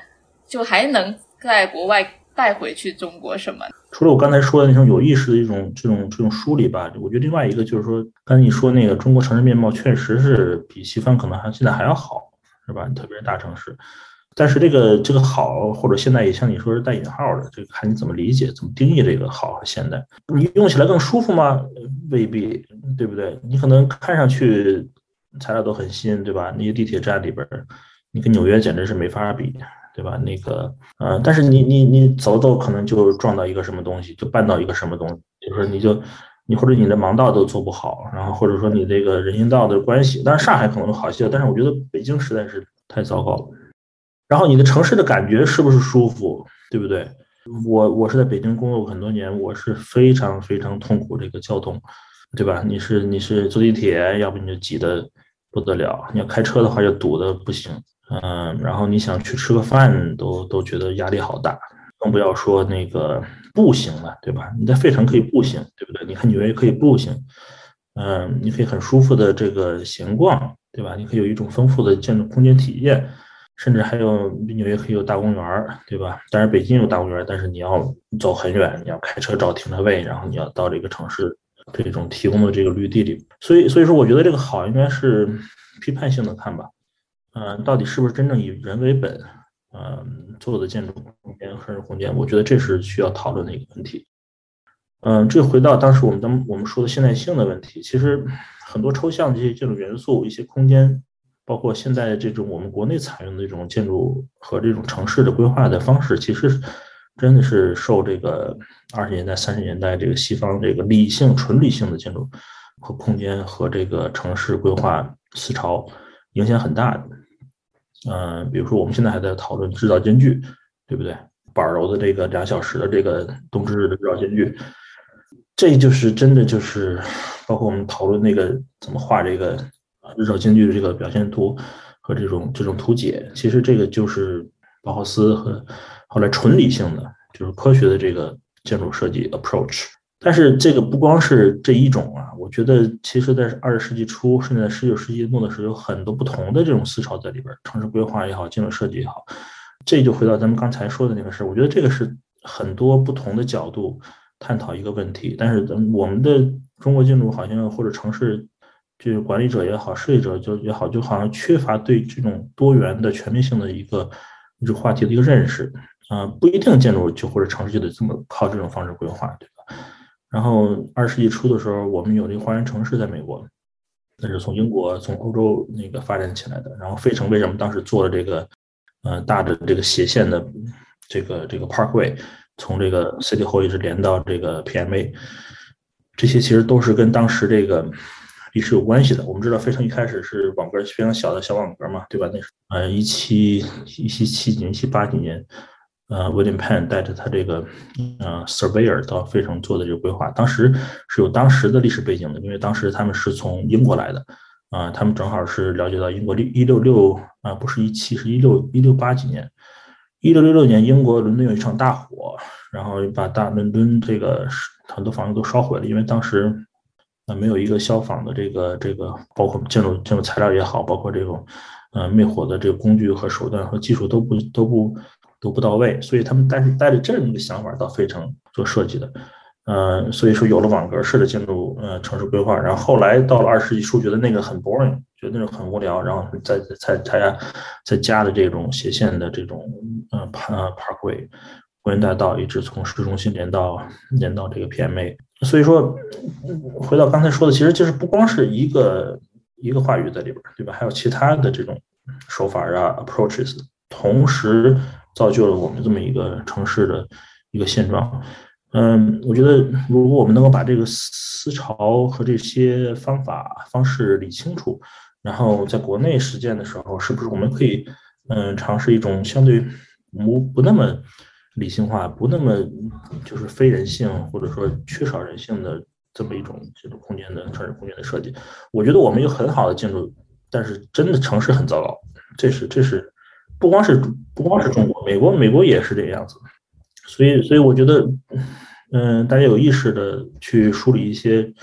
就还能在国外带回去中国什么？ 除了我刚才说的那种有意识的一种这种这种梳理吧，我觉得另外一个就是说，刚才你说那个中国城市面貌确实是比西方可能还现在还要好，是吧？特别是大城市。但是这个这个好，或者现代也像你说是带引号的，这个看你怎么理解、怎么定义这个好和现代。你用起来更舒服吗？未必，对不对？你可能看上去材料都很新，对吧？那些地铁站里边，你跟纽约简直是没法比，对吧？那个呃，但是你你你走走，可能就撞到一个什么东西，就绊到一个什么东西，就是你就你或者你的盲道都做不好，然后或者说你这个人行道的关系，当然上海可能好些，但是我觉得北京实在是太糟糕了。然后你的城市的感觉是不是舒服，对不对？我我是在北京工作很多年，我是非常非常痛苦这个交通，对吧？你是你是坐地铁，要不你就挤得不得了；你要开车的话，就堵得不行。嗯，然后你想去吃个饭，都都觉得压力好大，更不要说那个步行了，对吧？你在费城可以步行，对不对？你看纽约可以步行，嗯，你可以很舒服的这个闲逛，对吧？你可以有一种丰富的建筑空间体验。甚至还有纽约可以有大公园，对吧？当然北京有大公园，但是你要走很远，你要开车找停车位，然后你要到这个城市这种提供的这个绿地里。所以，所以说我觉得这个好应该是批判性的看吧，嗯、呃，到底是不是真正以人为本，嗯、呃，做的建筑空间、生活空间，我觉得这是需要讨论的一个问题。嗯、呃，这回到当时我们当我们说的现代性的问题，其实很多抽象这些建筑元素、一些空间。包括现在这种我们国内采用的这种建筑和这种城市的规划的方式，其实真的是受这个二十年代、三十年代这个西方这个理性、纯理性的建筑和空间和这个城市规划思潮影响很大的。嗯、呃，比如说我们现在还在讨论制造间距，对不对？板楼的这个两小时的这个冬至日的制造间距，这就是真的就是包括我们讨论那个怎么画这个。日照间距的这个表现图和这种这种图解，其实这个就是包豪斯和后来纯理性的，就是科学的这个建筑设计 approach。但是这个不光是这一种啊，我觉得其实在二十世纪初，甚至在十九世纪末的时候，有很多不同的这种思潮在里边，城市规划也好，建筑设计也好。这就回到咱们刚才说的那个事，我觉得这个是很多不同的角度探讨一个问题。但是我们的中国建筑好像或者城市。就是管理者也好，设计者就也好，就好像缺乏对这种多元的全面性的一个一个话题的一个认识啊、呃，不一定建筑就或者城市就得这么靠这种方式规划，对吧？然后二十世纪初的时候，我们有这个花园城市在美国，那是从英国从欧洲那个发展起来的。然后费城为什么当时做了这个呃大的这个斜线的这个这个 Parkway， 从这个 City Hall 一直连到这个 P M A， 这些其实都是跟当时这个。历史有关系的。我们知道费城一开始是网格非常小的小网格嘛，对吧？那是呃一七一七七几年、一七八几年，呃 ，William Penn 带着他这个呃 Surveyor 到费城做的这个规划，当时是有当时的历史背景的，因为当时他们是从英国来的，啊、呃，他们正好是了解到英国一六六啊，不是一七，是一六一六八几年，一六六六年英国伦敦有一场大火，然后把大伦敦这个很多房子都烧毁了，因为当时。那没有一个消防的这个这个，包括建筑建筑材料也好，包括这种呃灭火的这个工具和手段和技术都不都不都不到位，所以他们带着带着这么一个想法到费城做设计的，呃，所以说有了网格式的建筑呃城市规划，然后后来到了二十世纪初，觉得那个很 boring， 觉得那种很无聊，然后再再再再加的这种斜线的这种呃 parkway。公园大道一直从市中心连到连到这个 P M A， 所以说回到刚才说的，其实就是不光是一个一个话语在里边，对吧？还有其他的这种手法啊 approaches， 同时造就了我们这么一个城市的一个现状。嗯，我觉得如果我们能够把这个思潮和这些方法方式理清楚，然后在国内实践的时候，是不是我们可以嗯尝试一种相对不不那么理性化，不那么就是非人性或者说缺少人性的这么一种这种空间的城市空间的设计。我觉得我们有很好的建筑，但是真的城市很糟糕。这是这是不光是不光是中国，美国美国也是这个样子。所以所以我觉得，嗯、呃，大家有意识的去梳理一些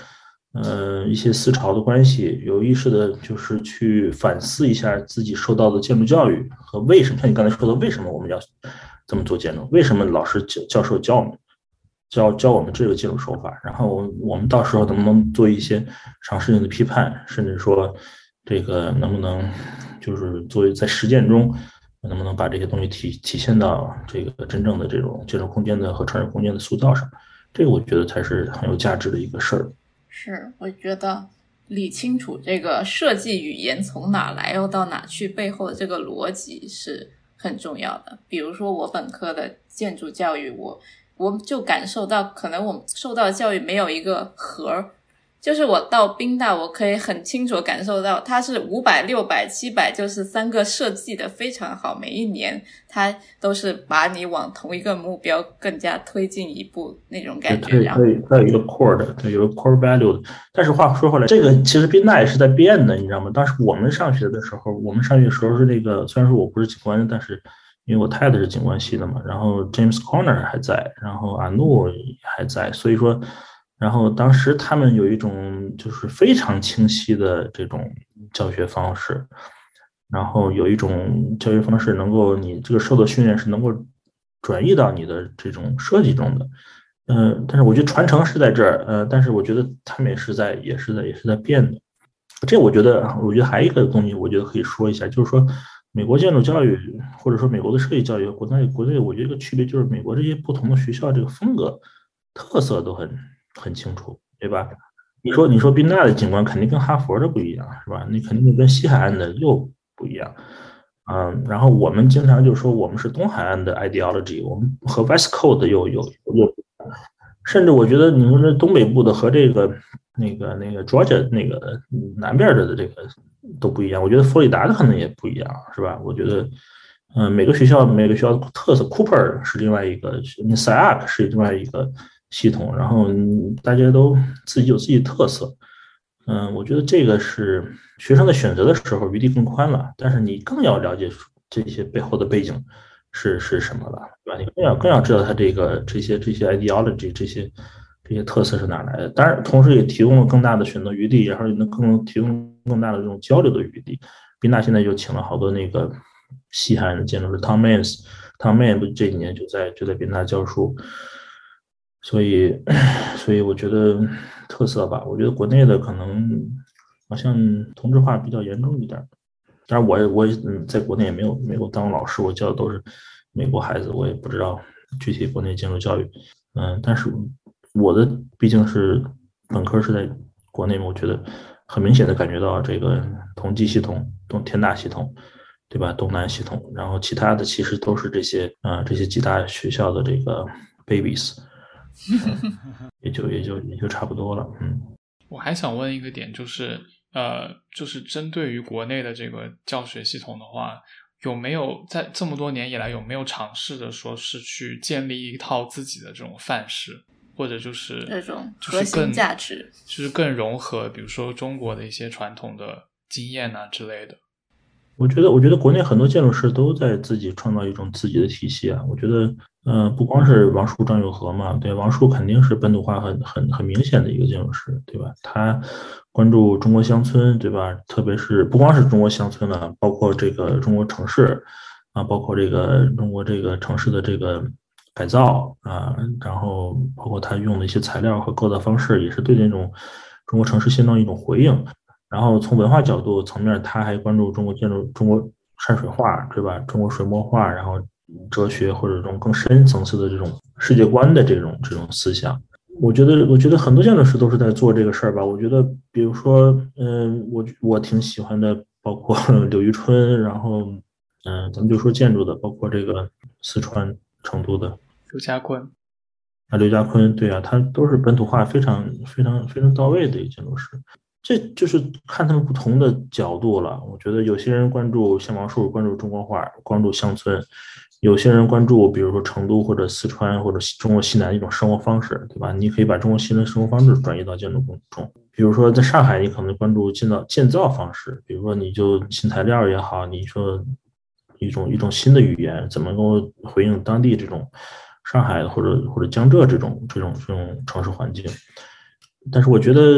呃一些思潮的关系，有意识的就是去反思一下自己受到的建筑教育和为什么，像你刚才说的，为什么我们要这么做建筑，为什么老师教教授教我们教教我们这个建筑手法，然后我们到时候能不能做一些尝试性的批判，甚至说这个能不能就是作为在实践中能不能把这些东西体体现到这个真正的这种建筑空间的和城市空间的塑造上，这个我觉得才是很有价值的一个事儿。 是，我觉得理清楚这个设计语言从哪来又到哪去背后的这个逻辑是很重要的。比如说我本科的建筑教育，我我就感受到可能我们受到的教育没有一个核，就是我到宾大我可以很清楚感受到它是五百、六百、七百，就是三个设计的非常好，每一年它都是把你往同一个目标更加推进一步那种感觉。 对对，它有一个 core 的，它有一个 core value 的。但是话说回来，这个其实宾大也是在变的，你知道吗？当时我们上学的时候，我们上学的时候是那个，虽然说我不是景观，但是因为我太太是景观系的嘛，然后 James Corner 还在，然后阿诺还在，所以说。然后当时他们有一种就是非常清晰的这种教学方式，然后有一种教学方式能够你这个受的训练是能够转移到你的这种设计中的，呃，但是我觉得传承是在这儿，呃，但是我觉得他们也是在也是在也是在变的。这我觉得我觉得还有一个东西，我觉得可以说一下，就是说美国建筑教育或者说美国的设计教育，国内国内我觉得一个区别就是美国这些不同的学校这个风格特色都很。很清楚，对吧？你说你说宾大的景观肯定跟哈佛的不一样，是吧？你肯定跟西海岸的又不一样，嗯。然后我们经常就说我们是东海岸的 ideology， 我们和 West Coast 又有又，甚至我觉得你说这东北部的和这个那个那个 Georgia 那个南边的这个都不一样。我觉得佛罗里达的可能也不一样，是吧？我觉得，嗯，每个学校每个学校的特色 ，Cooper 是另外一个 ，S I A C 是另外一个。系统，然后大家都自己有自己的特色，嗯，我觉得这个是学生在选择的时候余地更宽了，但是你更要了解这些背后的背景是是什么了，对吧？你更要更要知道他这个这些这些 ideology 这些这些特色是哪来的，当然同时也提供了更大的选择余地，然后也能更提供更大的这种交流的余地。宾大现在就请了好多那个西海岸的建筑师 Tom Mann，Tom Mann 不这几年就在就在宾大教书。所以，所以我觉得特色吧，我觉得国内的可能好像同质化比较严重一点。当然我，我我嗯，在国内也没有没有当老师，我教的都是美国孩子，我也不知道具体国内建筑教育。嗯，但是我的毕竟是本科是在国内嘛，我觉得很明显的感觉到这个同济系统、东天大系统，对吧？东南系统，然后其他的其实都是这些啊、呃、这些几大学校的这个 babies。也就也就也就差不多了，嗯。 我还想问一个点，就是呃，就是针对于国内的这个教学系统的话，有没有在这么多年以来有没有尝试的说是去建立一套自己的这种范式，或者就是这种核心价值， 就是更融合，比如说中国的一些传统的经验啊之类的。 我觉得，我觉得国内很多建筑师都在自己创造一种自己的体系啊。我觉得，呃，不光是王树、张友和嘛，对，王树肯定是本土化很很很明显的一个建筑师，对吧？他关注中国乡村，对吧？特别是不光是中国乡村了，包括这个中国城市啊，包括这个中国这个城市的这个改造啊，然后包括他用的一些材料和构造方式，也是对那种中国城市现状一种回应。然后从文化角度层面，他还关注中国建筑、中国山水画，对吧？中国水墨画，然后哲学或者这种更深层次的这种世界观的这种这种思想。我觉得，我觉得很多建筑师都是在做这个事儿吧。我觉得，比如说，嗯，我我挺喜欢的，包括柳玉春，然后，嗯，咱们就说建筑的，包括这个四川成都的刘家坤啊，刘家坤，对啊，他都是本土化非常非常非常到位的一个建筑师。这就是看他们不同的角度了。我觉得有些人关注像王树，关注中国画，关注乡村；有些人关注，比如说成都或者四川或者中国西南的一种生活方式，对吧？你可以把中国西南生活方式转移到建筑中。比如说在上海，你可能关注建造建造方式，比如说你就新材料也好，你说一种一种新的语言，怎么能够回应当地这种上海或者或者江浙这种这种这种城市环境。但是我觉得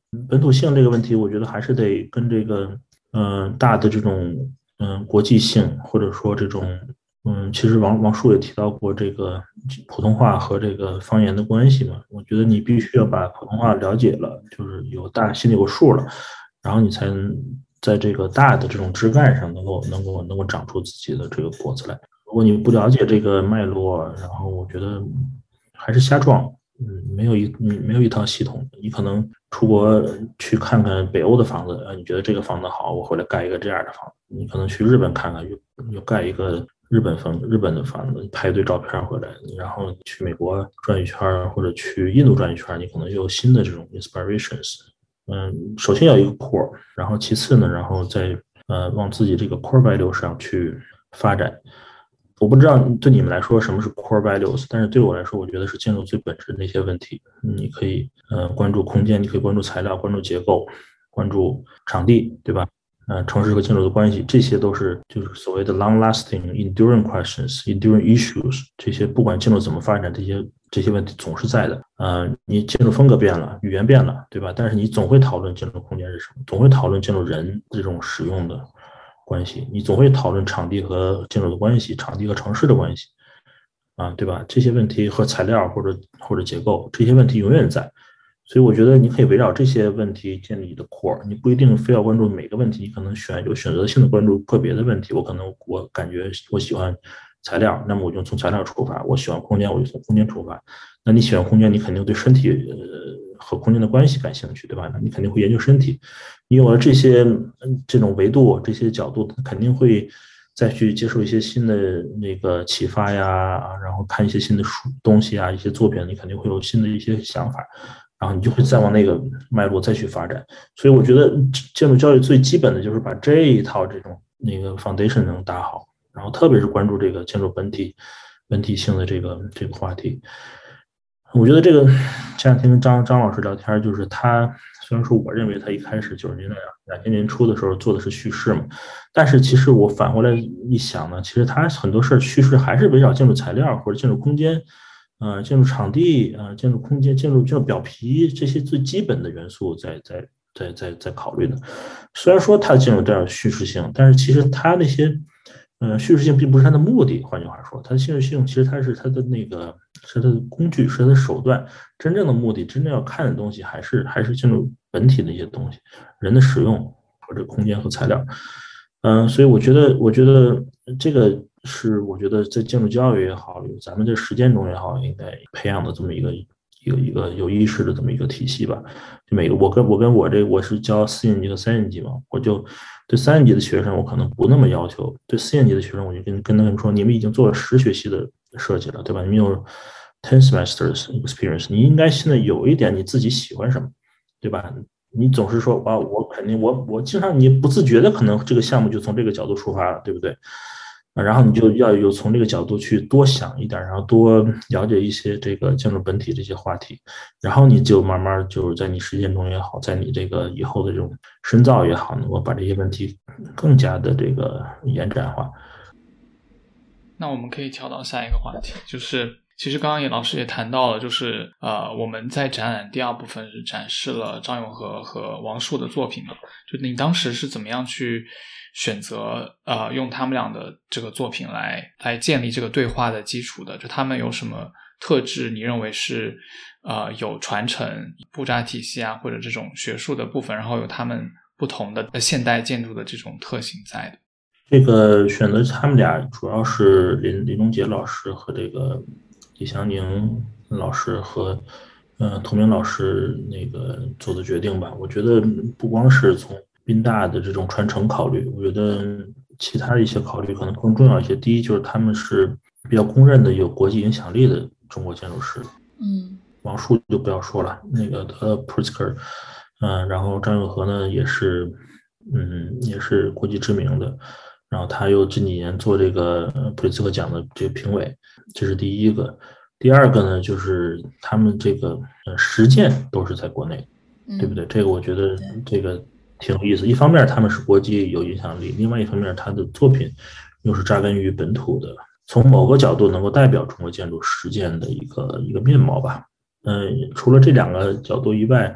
本土性这个问题，我觉得还是得跟这个嗯、呃、大的这种嗯、呃、国际性，或者说这种嗯，其实王王树也提到过这个普通话和这个方言的关系嘛。我觉得你必须要把普通话了解了，就是有大心里有数了，然后你才能在这个大的这种枝干上能够能够能够长出自己的这个果子来。如果你不了解这个脉络，然后我觉得还是瞎撞。嗯，没有一没有一套系统，你可能出国去看看北欧的房子，啊，你觉得这个房子好，我回来盖一个这样的房子。你可能去日本看看，又又盖一个日本房日本的房子，拍一堆照片回来，然后去美国转一圈，或者去印度转一圈，你可能又有新的这种 inspirations。嗯，首先要有一个 core， 然后其次呢，然后再呃往自己这个 core value 上去发展。我不知道对你们来说什么是 core values， 但是对我来说，我觉得是建筑最本质的那些问题。你可以呃关注空间，你可以关注材料，关注结构，关注场地，对吧？呃，城市和建筑的关系，这些都是就是所谓的 long-lasting, enduring questions, enduring issues。这些不管建筑怎么发展，这些这些问题总是在的。呃，你建筑风格变了，语言变了，对吧？但是你总会讨论建筑空间是什么，总会讨论建筑人这种使用的关系，你总会讨论场地和建筑的关系，场地和城市的关系，啊，对吧？这些问题和材料或者或者结构，这些问题永远在。所以我觉得你可以围绕这些问题建立你的 core， 你不一定非要关注每个问题，你可能选有选择性的关注个别的问题。我可能我感觉我喜欢材料，那么我就从材料出发；我喜欢空间，我就从空间出发。那你喜欢空间，你肯定对身体呃和空间的关系感兴趣，对吧？那你肯定会研究身体。你有了这些这种维度、这些角度，肯定会再去接受一些新的那个启发呀，然后看一些新的书东西啊，一些作品，你肯定会有新的一些想法。然后你就会再往那个脉络再去发展。所以我觉得建筑教育最基本的就是把这一套这种那个 foundation 能打好，然后特别是关注这个建筑本体本体性的这个这个话题。我觉得这个前两天跟张张老师聊天，就是他虽然说我认为他一开始九十年代两千年初的时候做的是叙事嘛，但是其实我返回来一想呢，其实他很多事儿叙事还是围绕建筑材料或者建筑空间。呃，建筑场地啊、呃，建筑空间、建筑建筑表皮这些最基本的元素在在在在在考虑的。虽然说它建筑带有叙事性，但是其实它那些呃叙事性并不是它的目的。换句话说，它的叙事性其实它是它的那个是它的工具，是它的手段。真正的目的，真正要看的东西还是还是建筑本体的一些东西，人的使用或者空间和材料。嗯，所以我觉得，我觉得这个是我觉得在建筑教育也好，咱们在实践中也好，应该培养的这么一个一个一个有意识的这么一个体系吧。就每个我跟我跟我这我是教四年级和三年级嘛，我就对三年级的学生我可能不那么要求，对四年级的学生我就跟跟他们说，你们已经做了十学期的设计了，对吧？你们有 ten semesters experience， 你应该现在有一点你自己喜欢什么，对吧？你总是说哇，我肯定我我经常你不自觉的可能这个项目就从这个角度出发了，对不对？然后你就要有从这个角度去多想一点，然后多了解一些这个建筑本体这些话题，然后你就慢慢就是在你实践中也好，在你这个以后的这种深造也好，能够把这些问题更加的这个延展化。 那我们可以跳到下一个话题，就是其实刚刚也老师也谈到了，就是呃我们在展览第二部分是展示了张永和和王树的作品嘛，就你当时是怎么样去选择呃用他们俩的这个作品来来建立这个对话的基础的？就他们有什么特质你认为是呃有传承布扎体系啊，或者这种学术的部分，然后有他们不同的现代建筑的这种特性在的？ 这个选择他们俩主要是林林中杰老师和这个李祥宁老师和呃童明老师那个做的决定吧。我觉得不光是从宾大的这种传承考虑，我觉得其他的一些考虑可能更重要一些。第一就是他们是比较公认的有国际影响力的中国建筑师， 嗯， 王树就不要说了，那个呃 Pritzker， 嗯，然后张永和呢也是嗯也是国际知名的。然后他又这几年做这个普利兹克奖的这个评委，这是第一个。第二个呢，就是他们这个呃实践都是在国内，对不对？这个我觉得这个挺有意思。一方面他们是国际有影响力，另外一方面他的作品又是扎根于本土的，从某个角度能够代表中国建筑实践的一个一个面貌吧。嗯、呃，除了这两个角度以外，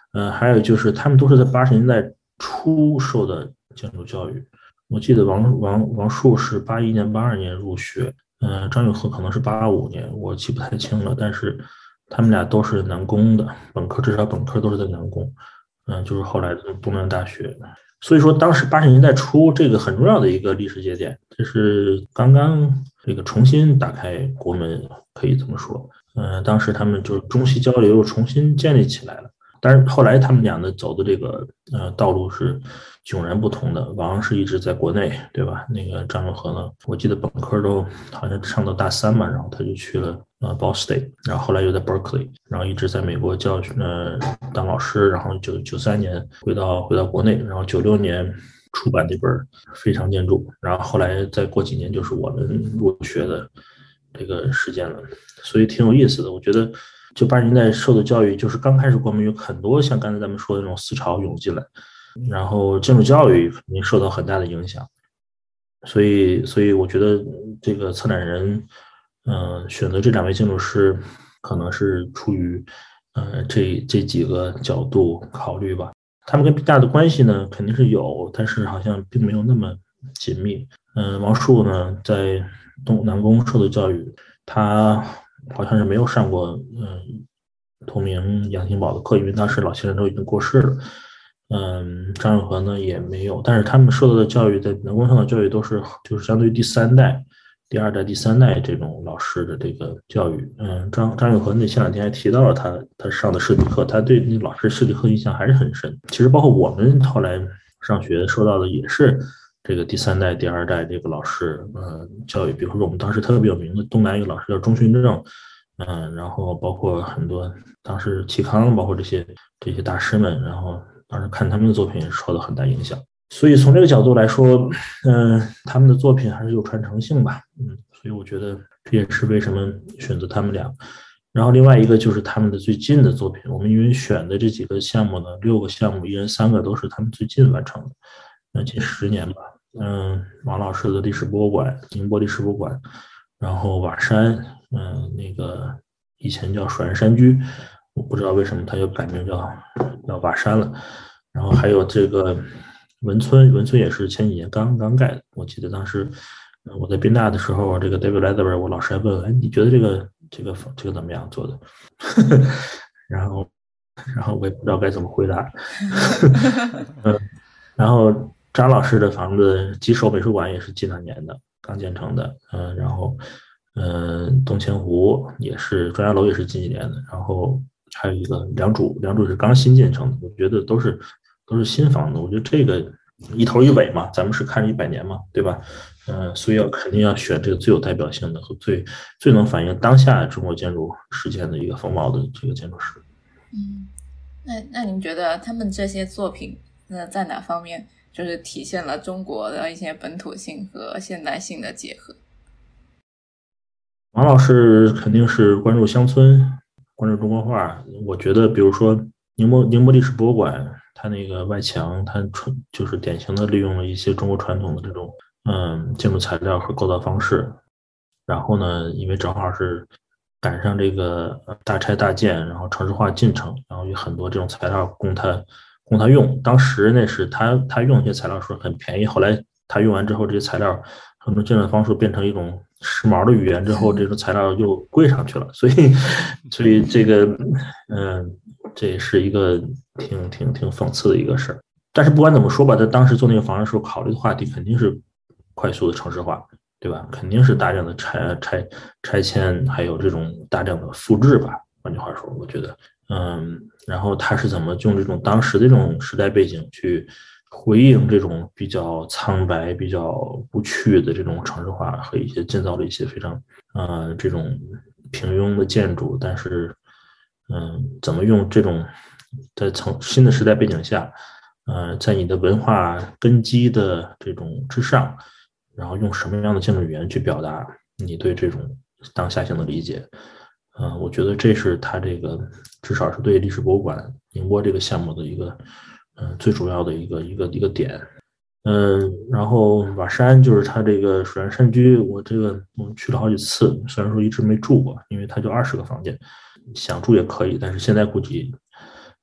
呃，还有就是他们都是在八十年代初受的建筑教育。我记得王王王树是八一年、八二年入学，嗯、呃，张永和可能是八五年，我记不太清了。但是他们俩都是南工的，本科至少本科都是在南工，嗯、呃，就是后来的东南大学。所以说，当时八十年代初这个很重要的一个历史节点，这是刚刚这个重新打开国门，可以这么说。嗯、呃，当时他们就是中西交流又重新建立起来了。但是后来他们俩的走的这个呃道路是迥然不同的。王是一直在国内，对吧？那个张永和呢，我记得本科都好像上到大三嘛，然后他就去了呃 Ball State， 然后后来又在 Berkeley， 然后一直在美国教呃当老师，然后九九三年回到回到国内，然后九六年出版这本《非常建筑》，然后后来再过几年就是我们入学的这个时间了，所以挺有意思的，我觉得。就八十年代受的教育，就是刚开始国门有很多像刚才咱们说的那种思潮涌进来，然后建筑教育肯定受到很大的影响，所以所以我觉得这个策展人，嗯、呃，选择这两位建筑师，可能是出于呃这这几个角度考虑吧。他们跟毕大的关系呢，肯定是有，但是好像并没有那么紧密。嗯、呃，王树呢，在东南工受的教育，他。好像是没有上过嗯同名杨廷宝的课，因为当时老先生都已经过世了。嗯，张永和呢也没有，但是他们受到的教育，在南工上的教育都是就是相对于第三代、第二代、第三代这种老师的这个教育。嗯，张张永和那前两天还提到了他他上的设计课，他对那老师设计课印象还是很深。其实包括我们后来上学受到的也是。这个第三代、第二代这个老师，呃，教育，比如说我们当时特别有名的东南一个老师叫钟训正，嗯、呃，然后包括很多当时齐康，包括这些这些大师们，然后当时看他们的作品也受到很大影响。所以从这个角度来说，嗯、呃，他们的作品还是有传承性吧，嗯，所以我觉得这也是为什么选择他们俩。然后另外一个就是他们的最近的作品，我们因为选的这几个项目呢，六个项目，一人三个都是他们最近完成的，那近十年吧。嗯，王老师的历史博物馆，宁波历史博物馆，然后瓦山，嗯，那个以前叫蜀山山居，我不知道为什么他又改名叫叫瓦山了。然后还有这个文村，文村也是前几年刚刚盖的。我记得当时我在宾大的时候，这个 David Leatherberg， 我老师还问，哎，你觉得这个这个这个怎么样做的？然后然后我也不知道该怎么回答。嗯，然后。张老师的房子吉首美术馆也是近两年的，刚建成的，嗯，然后，嗯，东钱湖也是，专家楼也是近几年的，然后还有一个良渚，良渚是刚新建成的，我觉得都是都是新房子，我觉得这个一头一尾嘛，咱们是看着一百年嘛，对吧？嗯，所以要肯定要选这个最有代表性的和最最能反映当下中国建筑实践的一个风貌的这个建筑师。 嗯，那那您觉得他们这些作品，那在哪方面？就是体现了中国的一些本土性和现代性的结合。 王老师肯定是关注乡村，关注中国画。我觉得，比如说宁波宁波历史博物馆，它那个外墙，它纯就是典型的利用了一些中国传统的这种嗯建筑材料和构造方式。然后呢，因为正好是赶上这个大拆大建，然后城市化进程，然后有很多这种材料供它。供他用，当时那是他他用一些材料是很便宜，后来他用完之后，这些材料很多建筑方式变成一种时髦的语言之后，这种材料又贵上去了，所以所以这个嗯，这也是一个挺挺挺讽刺的一个事儿。但是不管怎么说吧，在当时做那个房子的时候，考虑的话题肯定是快速的城市化，对吧？肯定是大量的拆拆拆迁，还有这种大量的复制吧。换句话说，我觉得。嗯，然后他是怎么用这种当时的这种时代背景去回应这种比较苍白、比较无趣的这种城市化和一些建造了一些非常呃这种平庸的建筑，但是嗯，怎么用这种在从新的时代背景下，呃，在你的文化根基的这种之上，然后用什么样的建筑语言去表达你对这种当下性的理解？嗯、呃，我觉得这是他这个至少是对历史博物馆宁波这个项目的一个嗯、呃、最主要的一个一个一个点。嗯，然后瓦山就是他这个蜀山山居，我这个我去了好几次，虽然说一直没住过，因为它就二十个房间，想住也可以，但是现在估计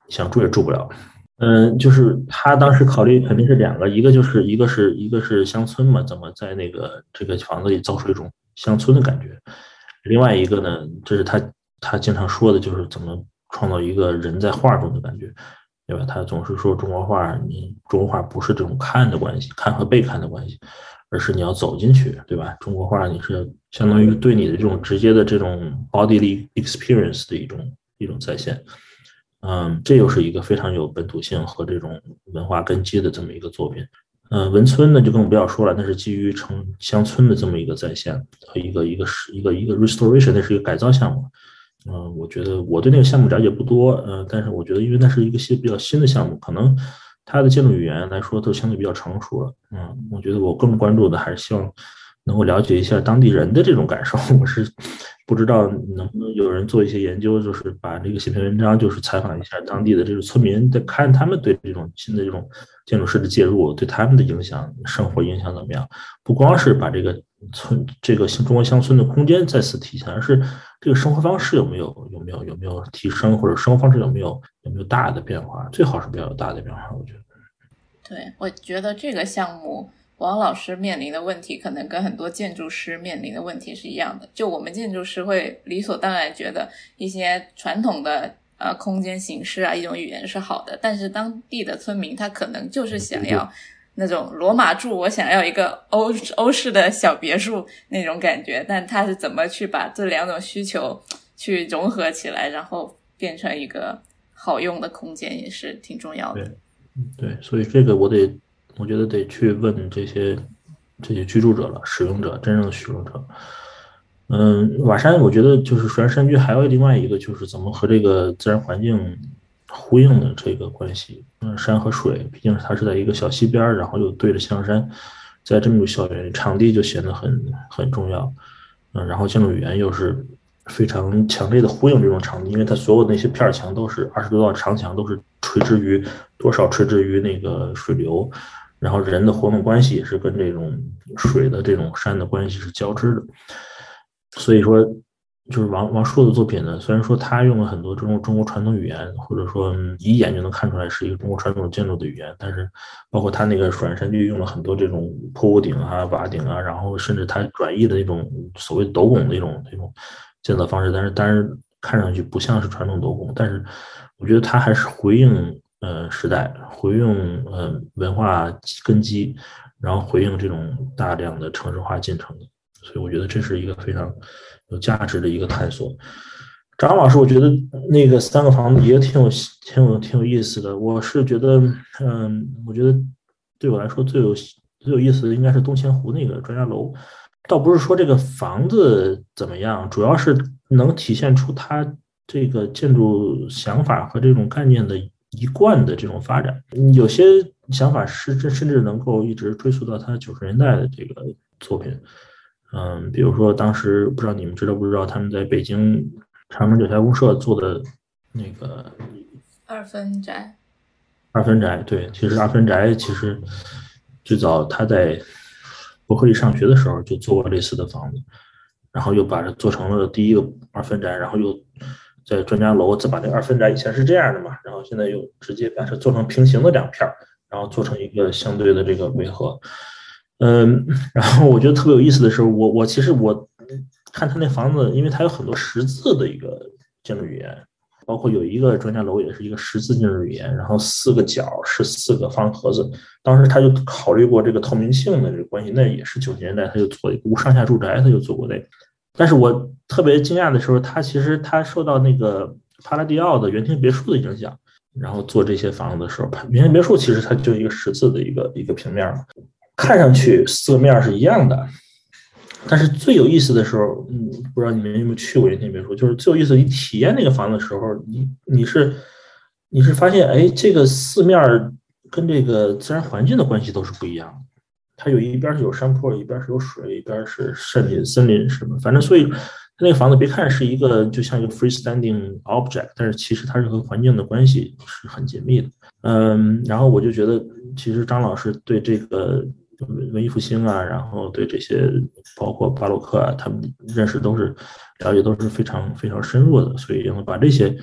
想住也住不了。嗯，就是他当时考虑肯定是两个，一个就是一个是一个是乡村嘛，怎么在那个这个房子里造出一种乡村的感觉。另外一个呢，这是他他经常说的，就是怎么创造一个人在画中的感觉，对吧？他总是说中国画，你中国画不是这种看的关系，看和被看的关系，而是你要走进去，对吧？中国画你是相当于对你的这种直接的这种 bodily experience 的一种一种再现。嗯，这又是一个非常有本土性和这种文化根基的这么一个作品。嗯，文村呢就更不要说了，那是基于城乡村的这么一个再现和一个一个是一个一个 restoration， 那是一个改造项目。嗯，我觉得我对那个项目了解不多，呃，但是我觉得因为那是一个新比较新的项目，可能它的建筑语言来说都相对比较成熟了。嗯，我觉得我更关注的还是希望能够了解一下当地人的这种感受。我是不知道能不能有人做一些研究，就是把这个写篇文章，就是采访一下当地的这个村民，再看他们对这种新的这种建筑师的介入对他们的影响、生活影响怎么样。不光是把这个村这个中国乡村的空间再次体现，而是这个生活方式有没有有没有有没有提升，或者生活方式有没有有没有大的变化，最好是比较有大的变化。我觉得， 对，我觉得这个项目王老师面临的问题可能跟很多建筑师面临的问题是一样的。就我们建筑师会理所当然觉得一些传统的呃空间形式啊，一种语言是好的，但是当地的村民他可能就是想要那种罗马柱，我想要一个欧欧式的小别墅那种感觉，但他是怎么去把这两种需求去融合起来，然后变成一个好用的空间，也是挺重要的。 对，对，所以这个我得。我觉得得去问这些这些居住者了，使用者，真正的使用者。嗯，瓦山，我觉得就是水上山居，还有另外一个就是怎么和这个自然环境呼应的这个关系。嗯，山和水，毕竟它是在一个小溪边，然后又对着象山，在这么一个校园，场地就显得很很重要。嗯，然后建筑语言又是非常强烈的呼应这种场地，因为它所有那些片墙都是二十多道长墙，都是垂直于多少垂直于那个水流。然后人的活动关系也是跟这种水的这种山的关系是交织的，所以说就是王王朔的作品呢，虽然说他用了很多这种中国传统语言，或者说一眼就能看出来是一个中国传统建筑的语言，但是包括他那个水上山居用了很多这种坡屋顶啊、瓦顶啊，然后甚至他转移的那种所谓斗拱的那种那种建造方式，但是但是看上去不像是传统斗拱，但是我觉得他还是回应。呃，时代回应呃文化根基，然后回应这种大量的城市化进程的，所以我觉得这是一个非常有价值的一个探索。张老师，我觉得那个三个房子也挺有挺有挺有意思的。我是觉得，嗯，我觉得对我来说最有最有意思的应该是东钱湖那个专家楼，倒不是说这个房子怎么样，主要是能体现出它这个建筑想法和这种概念的。一贯的这种发展，有些想法是甚至能够一直追溯到他九十年代的这个作品。嗯，比如说当时不知道你们知道不知道，他们在北京长城九峡公社做的那个二分宅。 二分宅，对，其实二分宅其实最早他在伯克利上学的时候就做过类似的房子，然后又把它做成了第一个二分宅，然后又。在专家楼再把那二分宅以前是这样的嘛，然后现在又直接把它做成平行的两片，然后做成一个相对的这个围合。嗯，然后我觉得特别有意思的是，我我其实我看他那房子，因为它有很多十字的一个建筑语言，包括有一个专家楼也是一个十字建筑语言，然后四个角是四个方盒子。当时他就考虑过这个透明性的这个关系，那也是九十年代他就做一个无上下住宅，他就做过那个。但是我特别惊讶的时候，他其实他受到那个帕拉迪奥的园庭别墅的影响，然后做这些房子的时候，园庭别墅其实它就一个十字的一个一个平面，看上去四个面是一样的。但是最有意思的时候，嗯，不知道你们有没有去过园庭别墅，就是最有意思的，你体验那个房子的时候，你你是你是发现，哎，这个四面跟这个自然环境的关系都是不一样的。它有一边是有山坡，一边是有水，一边是森林，森林什么，反正所以它那个房子别看是一个就像一个 freestanding object， 但是其实它是和环境的关系是很紧密的。嗯，然后我就觉得，其实张老师对这个文艺复兴啊，然后对这些包括巴洛克啊，他们认识都是了解都是非常非常深入的，所以把这些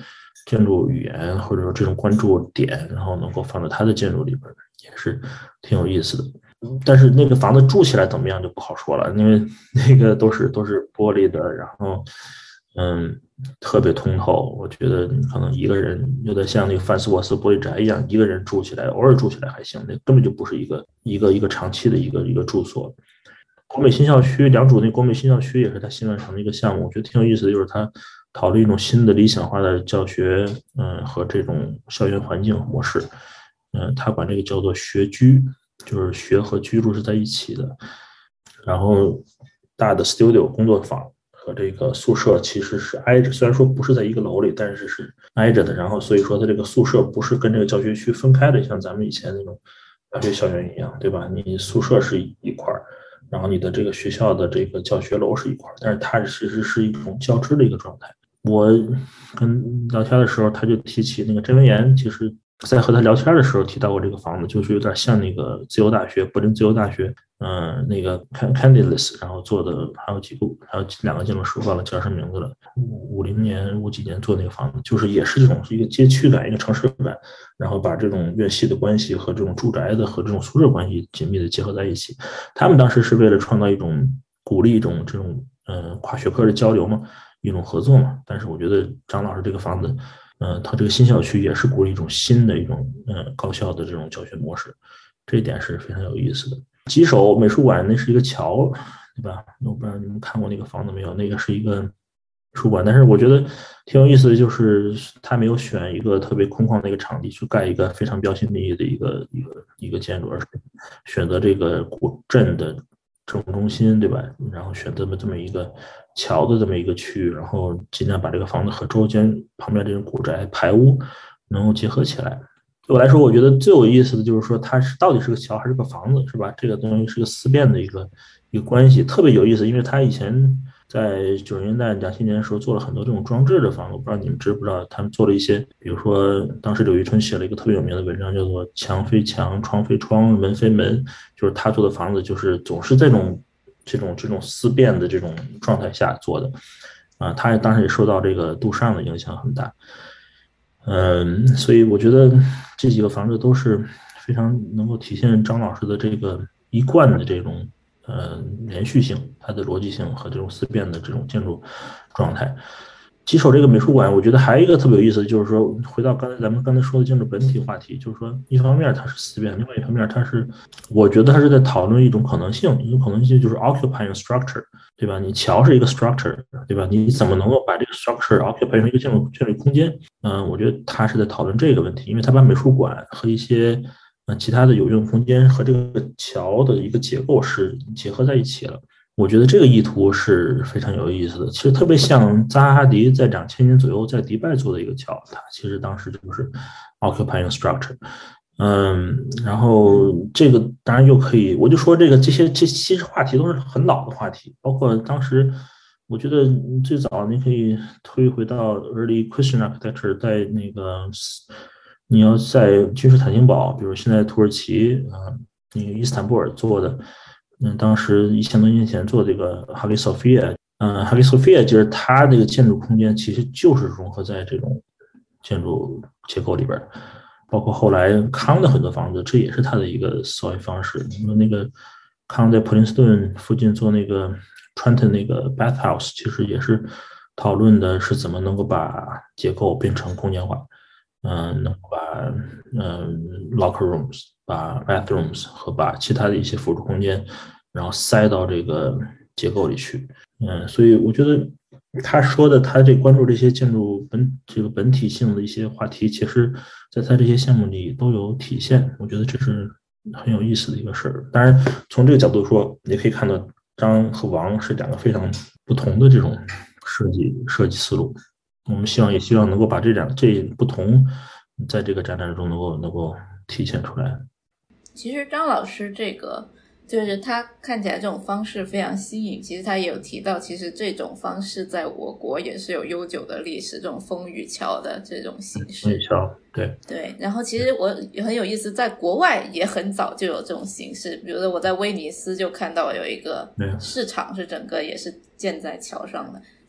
建筑语言或者说这种关注点，然后能够放在他的建筑里边，也是挺有意思的。但是那个房子住起来怎么样就不好说了，因为那个都是都是玻璃的，然后嗯特别通透。我觉得可能一个人有点像那个范斯沃斯玻璃宅一样，一个人住起来偶尔住起来还行，那根本就不是一个一个一个长期的一个一个住所。国美新校区，良渚那国美新校区也是他新完成的一个项目，我觉得挺有意思的，就是他讨论一种新的理想化的教学，嗯和这种校园环境模式，嗯他管这个叫做学居。就是学和居住是在一起的，然后大的 studio 工作坊和这个宿舍其实是挨着，虽然说不是在一个楼里，但是是挨着的。然后所以说它这个宿舍不是跟这个教学区分开的，像咱们以前那种大学校园一样，对吧？你宿舍是一块，然后你的这个学校的这个教学楼是一块，但是它其实是一种交织的一个状态。我跟聊天的时候，他就提起那个甄文岩，其实在和他聊天的时候提到过这个房子，就是有点像那个自由大学，柏林自由大学，嗯、呃，那个 Candidates， 然后做的还有几个，还有两个建筑师忘了叫什么名字了，五零年五几年做那个房子，就是也是这种一个街区感，一个城市感，然后把这种院系的关系和这种住宅的和这种宿舍关系紧密的结合在一起。他们当时是为了创造一种鼓励一种这种呃跨学科的交流嘛。一种合作嘛，但是我觉得张老师这个房子，嗯、呃，他这个新校区也是鼓励一种新的一种呃高校的这种教学模式，这一点是非常有意思的。吉首美术馆那是一个桥，对吧？我不知道你们看过那个房子没有？那个是一个美术馆，但是我觉得挺有意思的，就是他没有选一个特别空旷的一个场地去盖一个非常标新立异的一个一个一个建筑，而是选择这个古镇的政府中心，对吧？然后选择了这么一个桥的这么一个区域，然后尽量把这个房子和周边旁边这种古宅排污能够结合起来。对我来说，我觉得最有意思的就是说，它是到底是个桥还是个房子，是吧？这个东西是个思辨的一个一个关系，特别有意思。因为他以前在九十年代、两千年的时候做了很多这种装置的房子，我不知道你们知不知道，他们做了一些，比如说当时柳玉春写了一个特别有名的文章，叫做“墙非墙，窗非窗，门非门”，就是他做的房子就是总是这种这种这种思辨的这种状态下做的，啊，他当时也受到这个杜尚的影响很大。嗯，所以我觉得这几个房子都是非常能够体现张老师的这个一贯的这种呃连续性，它的逻辑性和这种思辨的这种建筑状态。吉首这个美术馆，我觉得还有一个特别有意思的就是说，回到刚才咱们刚才说的建筑本体话题，就是说，一方面它是思辨，另外一方面它是，我觉得它是在讨论一种可能性，一种可能性就是 occupying structure， 对吧？你桥是一个 structure， 对吧？你怎么能够把这个 structure occupy 成一个建筑建筑空间？嗯、呃，我觉得它是在讨论这个问题，因为它把美术馆和一些呃其他的有用空间和这个桥的一个结构是结合在一起了。我觉得这个意图是非常有意思的，其实特别像扎哈迪在两千年左右在迪拜做的一个桥，它其实当时就是 occupying structure， 嗯，然后这个当然又可以，我就说这个这些这其实话题都是很老的话题，包括当时我觉得最早你可以推回到 early Christian architecture， 在那个你要在君士坦丁堡，比如现在土耳其啊、呃，那个伊斯坦布尔做的。嗯，当时一千多年前做这个哈利索菲亚，嗯，哈利索菲亚就是它这个建筑空间其实就是融合在这种建筑结构里边，包括后来康的很多房子，这也是它的一个思维方式。你说那个康在普林斯顿附近做那个 Trenton 那个 bathhouse， 其实也是讨论的是怎么能够把结构变成空间化，嗯，能把嗯 locker rooms， 把 bathrooms 和把其他的一些辅助空间，然后塞到这个结构里去，嗯，所以我觉得他说的他这关注这些建筑本这个本体性的一些话题，其实在他这些项目里都有体现，我觉得这是很有意思的一个事儿。当然，从这个角度说，也可以看到张和王是两个非常不同的这种设计设计思路。我们希望也希望能够把这两这不同，在这个展览中能够能够体现出来。 其实张老师这个就是他看起来这种方式非常新颖，其实他也有提到，其实这种方式在我国也是有悠久的历史，这种风雨桥的这种形式。 风雨桥，对对。然后其实我也很有意思，在国外也很早就有这种形式，比如说我在威尼斯就看到有一个市场是整个也是建在桥上的。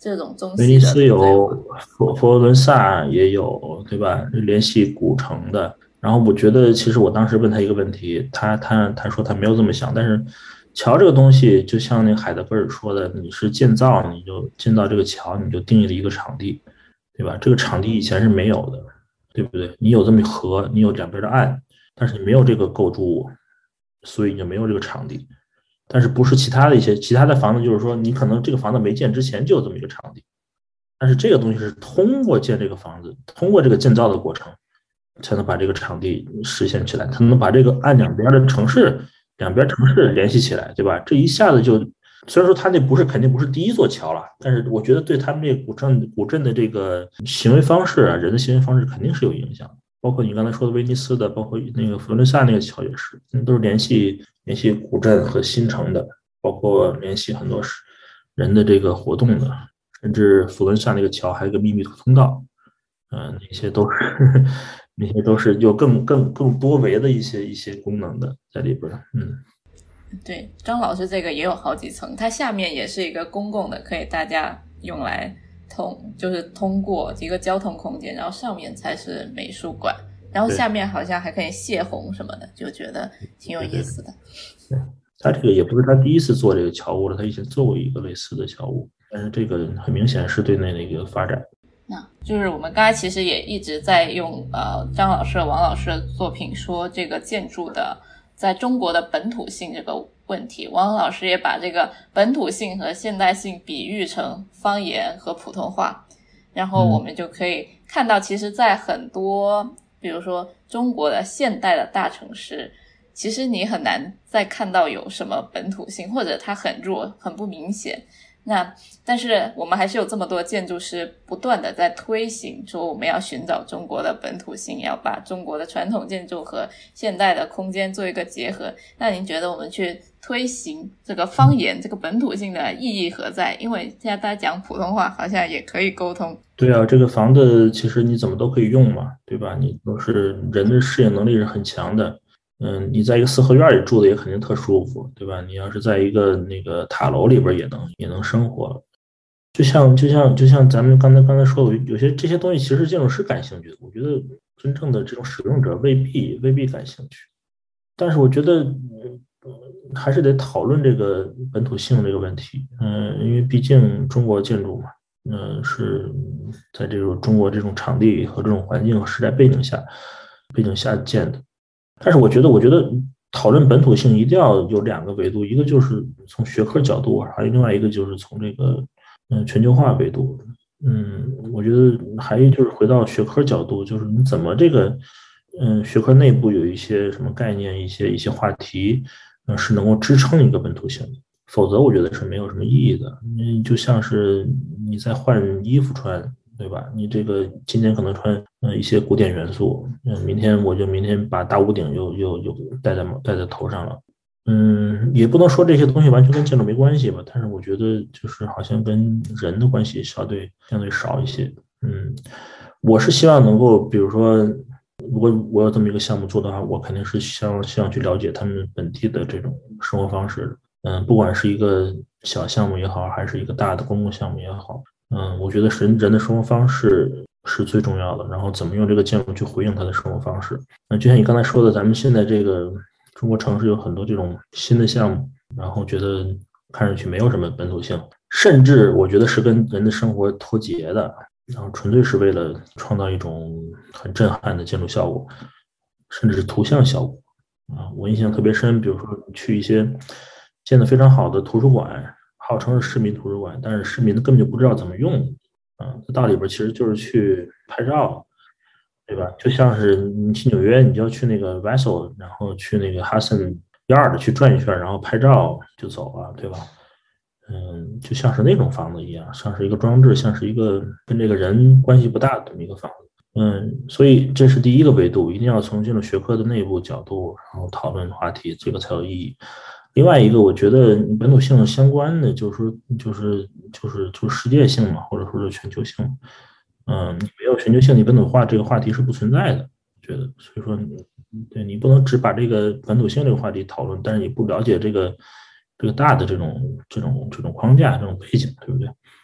这种中威尼西的斯有，佛佛罗伦萨也有，对吧？联系古城的。然后我觉得，其实我当时问他一个问题，他他他说他没有这么想，但是桥这个东西，就像那个海德格尔说的，你是建造，你就建造这个桥，你就定义了一个场地，对吧？这个场地以前是没有的，对不对？你有这么河，你有两边的岸，但是你没有这个构筑物，所以你就没有这个场地。但是不是其他的一些其他的房子，就是说你可能这个房子没建之前就有这么一个场地，但是这个东西是通过建这个房子，通过这个建造的过程，才能把这个场地实现起来，才能把这个按两边的城市两边城市联系起来，对吧？这一下子就，虽然说它那不是肯定不是第一座桥了，但是我觉得对他们这个古镇古镇的这个行为方式啊，人的行为方式肯定是有影响的。包括你刚才说的威尼斯的，包括那个佛罗伦萨那个桥也是，都是联系联系古镇和新城的，包括联系很多人的这个活动的，甚至佛罗伦萨那个桥还有个秘密通道，嗯、呃，那些都是那些都是有更更更多维的一些一些功能的在里边，嗯。 对，张老师这个也有好几层，它下面也是一个公共的，可以大家用来通，就是通过一个交通空间，然后上面才是美术馆，然后下面好像还可以泄洪什么的，就觉得挺有意思的。 对，他这个也不是他第一次做这个桥屋了，他以前做过一个类似的桥屋，但是这个很明显是对内的一个发展。 那就是我们刚才其实也一直在用呃张老师、王老师的作品说这个建筑的在中国的本土性这个问题，王老师也把这个本土性和现代性比喻成方言和普通话，然后我们就可以看到其实在很多比如说中国的现代的大城市，其实你很难再看到有什么本土性，或者它很弱很不明显。那但是我们还是有这么多建筑师不断的在推行说我们要寻找中国的本土性，要把中国的传统建筑和现代的空间做一个结合。那您觉得我们去推行这个方言这个本土性的意义何在？因为现在大家讲普通话好像也可以沟通。 对啊，这个房子其实你怎么都可以用嘛，对吧？你都是人的适应能力是很强的。嗯，你在一个四合院里住的也肯定特舒服，对吧？你要是在一个那个塔楼里边也能也能生活。就像就像就像咱们刚才刚才说的，有些这些东西其实建筑师感兴趣的，我觉得真正的这种使用者未必未必感兴趣。但是我觉得、嗯、还是得讨论这个本土性这个问题。嗯，因为毕竟中国建筑嘛，嗯，是在这种中国这种场地和这种环境和时代背景下背景下建的。但是我觉得，我觉得讨论本土性一定要有两个维度，一个就是从学科角度，还有另外一个就是从这个嗯全球化维度。嗯，我觉得还有就是回到学科角度，就是你怎么这个嗯学科内部有一些什么概念、一些一些话题，嗯是能够支撑一个本土性的，否则我觉得是没有什么意义的。嗯，就像是你在换衣服穿。对吧？你这个今天可能穿呃一些古典元素，嗯，明天我就明天把大屋顶又又又戴在戴在头上了，嗯，也不能说这些东西完全跟建筑没关系吧，但是我觉得就是好像跟人的关系相对相对少一些，嗯，我是希望能够，比如说，如果我有这么一个项目做的话，我肯定是希望希望去了解他们本地的这种生活方式，嗯，不管是一个小项目也好，还是一个大的公共项目也好。嗯，我觉得人人的生活方式是最重要的，然后怎么用这个建筑去回应他的生活方式。那就像你刚才说的，咱们现在这个中国城市有很多这种新的项目，然后觉得看上去没有什么本土性，甚至我觉得是跟人的生活脱节的，然后纯粹是为了创造一种很震撼的建筑效果，甚至是图像效果。啊，我印象特别深，比如说去一些建得非常好的图书馆。号称是市民图书馆，但是市民根本就不知道怎么用啊！到里边其实就是去拍照，对吧？就像是你去纽约，你就要去那个 Vessel， 然后去那个 Hudson Yard 去转一圈，然后拍照就走了，对吧？嗯，就像是那种房子一样，像是一个装置，像是一个跟这个人关系不大的这么一个房子。嗯，所以这是第一个维度，一定要从这种学科的内部角度，然后讨论话题，这个才有意义。另外一个，我觉得本土性相关的，就是说，就是就是就是世界性嘛，或者说是全球性。嗯，你没有全球性，你本土化这个话题是不存在的。我觉得，所以说你，对你不能只把这个本土性这个话题讨论，但是你不了解这个这个大的这种这种这种框架、这种背景，对不对？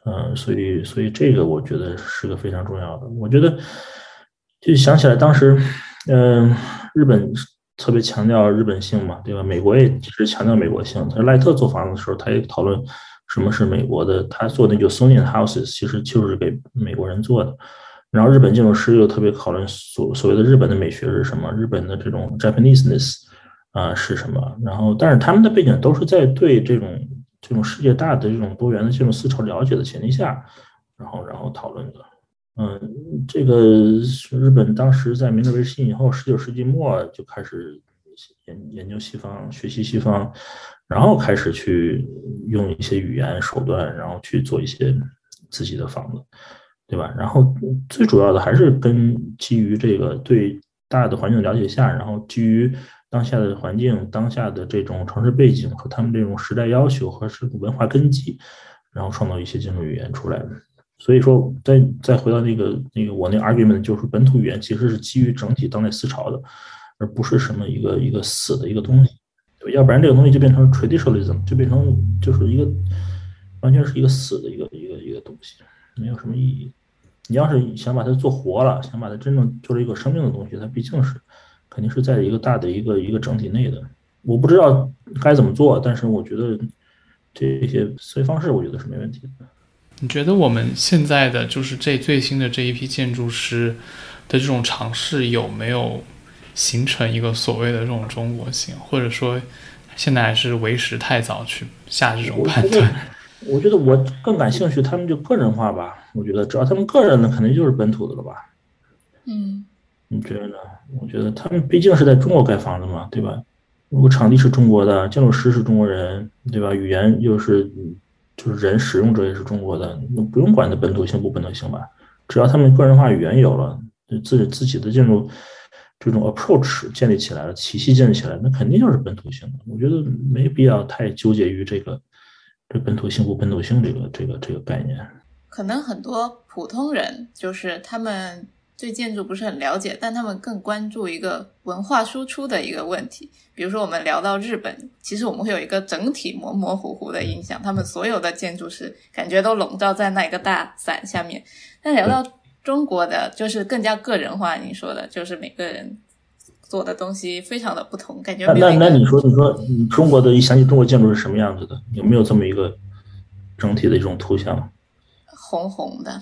嗯，所以所以这个我觉得是个非常重要的。我觉得就想起来当时，嗯、日本特别强调日本性嘛，对吧？美国也其实强调美国性。他赖特做房子的时候，他也讨论什么是美国的。他做的 Usonian houses 其实就是给美国人做的。然后日本建筑师又特别讨论所所谓的日本的美学是什么，日本的这种 Japaneseness 啊、呃、是什么。然后，但是他们的背景都是在对这种这种世界大的这种多元的这种思潮了解的前提下，然后然后讨论的。嗯，这个日本当时在明治维新以后，十九世纪末就开始研研究西方，学习西方，然后开始去用一些语言手段，然后去做一些自己的房子，对吧？然后最主要的还是跟基于这个对大的环境了解下，然后基于当下的环境、当下的这种城市背景和他们这种时代要求和是文化根基，然后创造一些建筑语言出来。所以说再再回到那个那个我那 argument， 就是本土语言其实是基于整体当代思潮的，而不是什么一个一个死的一个东西，对，要不然这个东西就变成 traditionalism， 就变成就是一个完全是一个死的一个一个一个东西，没有什么意义。你要是想把它做活了，想把它真正做了一个生命的东西，它毕竟是肯定是在一个大的一个一个整体内的。我不知道该怎么做，但是我觉得这些思维方式，我觉得是没问题的。 你觉得我们现在的就是这最新的这一批建筑师的这种尝试有没有形成一个所谓的这种中国性，或者说现在还是为时太早去下这种判断？ 我觉得我更感兴趣，他们就个人化吧。我觉得只要他们个人的，肯定就是本土的了吧。 嗯， 你觉得呢？我觉得他们毕竟是在中国盖房子嘛，对吧？如果场地是中国的，建筑师是中国人，对吧？语言又是就是人使用者也是中国的，那不用管它本土性不本土性吧？只要他们个人化语言有了，自己自己的建筑这种 approach 建立起来了，体系建立起来，那肯定就是本土性的。我觉得没必要太纠结于这个这本土性不本土性这个这个这个概念。 可能很多普通人就是他们对建筑不是很了解，但他们更关注一个文化输出的一个问题。比如说我们聊到日本，其实我们会有一个整体模模糊糊的印象，他们所有的建筑师感觉都笼罩在那个大伞下面。但聊到中国的，就是更加个人化，你说的就是每个人做的东西非常的不同，感觉没有一个。 那那你说你说你中国的一想起中国建筑是什么样子的？有没有这么一个整体的一种图像？ 红红的。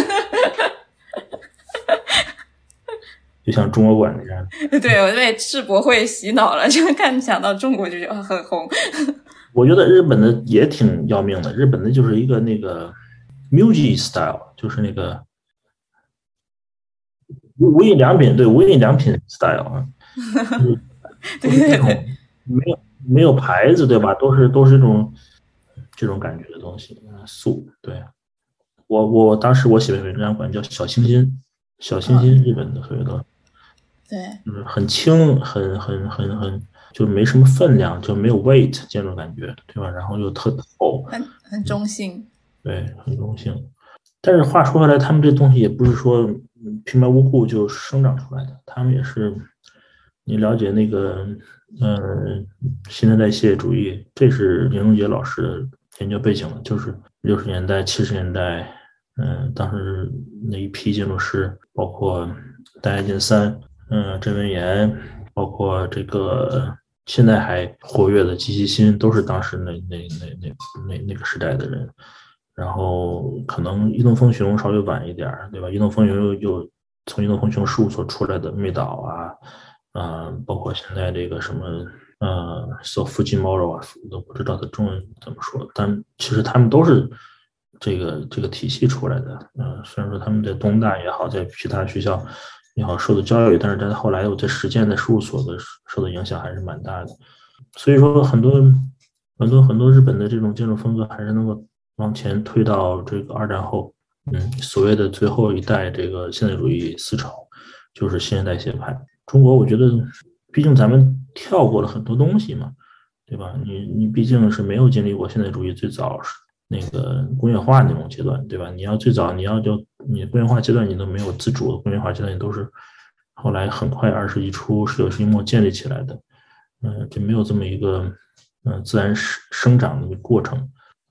就像中国馆那样。 对，我被世博会洗脑了，就看想到中国就觉得很红。 我觉得日本的也挺要命的，日本的就是一个那个 Muji style， 就是那个无印良品，对，无印良品 style 啊， 对对对， 没有没有牌子，对吧？都是都是这种这种感觉的东西，素。对，我我当时我写的文章管叫小清新，小清新，日本的所谓的。 对， 就是很轻，很很很很，就没什么分量，就没有 weight 这种感觉，对吧？然后又特厚， 很很中性， 对，很中性。但是话说回来，他们这东西也不是说平白无故就生长出来的，他们也是，你了解那个，呃，新陈代谢主义，这是林荣杰老师的研究背景的，就是六十年代、七十年代，嗯、呃，当时那一批建筑师，包括大野健三。嗯，郑文岩，包括这个现在还活跃的吉崎新，都是当时那那那那那那个时代的人。然后可能伊东丰雄稍微晚一点，对吧？伊东丰雄又又从伊东丰雄事务所出来的妹岛啊，呃，包括现在这个什么呃 ，Sofujimoro 啊，都不知道他中文怎么说，但其实他们都是这个这个体系出来的。嗯、呃，虽然说他们在东大也好，在其他学校也好受的教育，但是在后来我在实践的事务所的受的影响还是蛮大的。所以说很多很多很多日本的这种建筑风格还是能够往前推到这个二战后，嗯，所谓的最后一代这个现代主义思潮，就是新陈代谢派。中国我觉得毕竟咱们跳过了很多东西嘛，对吧？你你毕竟是没有经历过现代主义最早那个工业化那种阶段，对吧？你要最早你要就你工业化阶段你都没有自主的工业化阶段，你都是后来很快二十世纪初十九世纪末建立起来的，嗯、呃，就没有这么一个嗯、呃、自然生长的过程。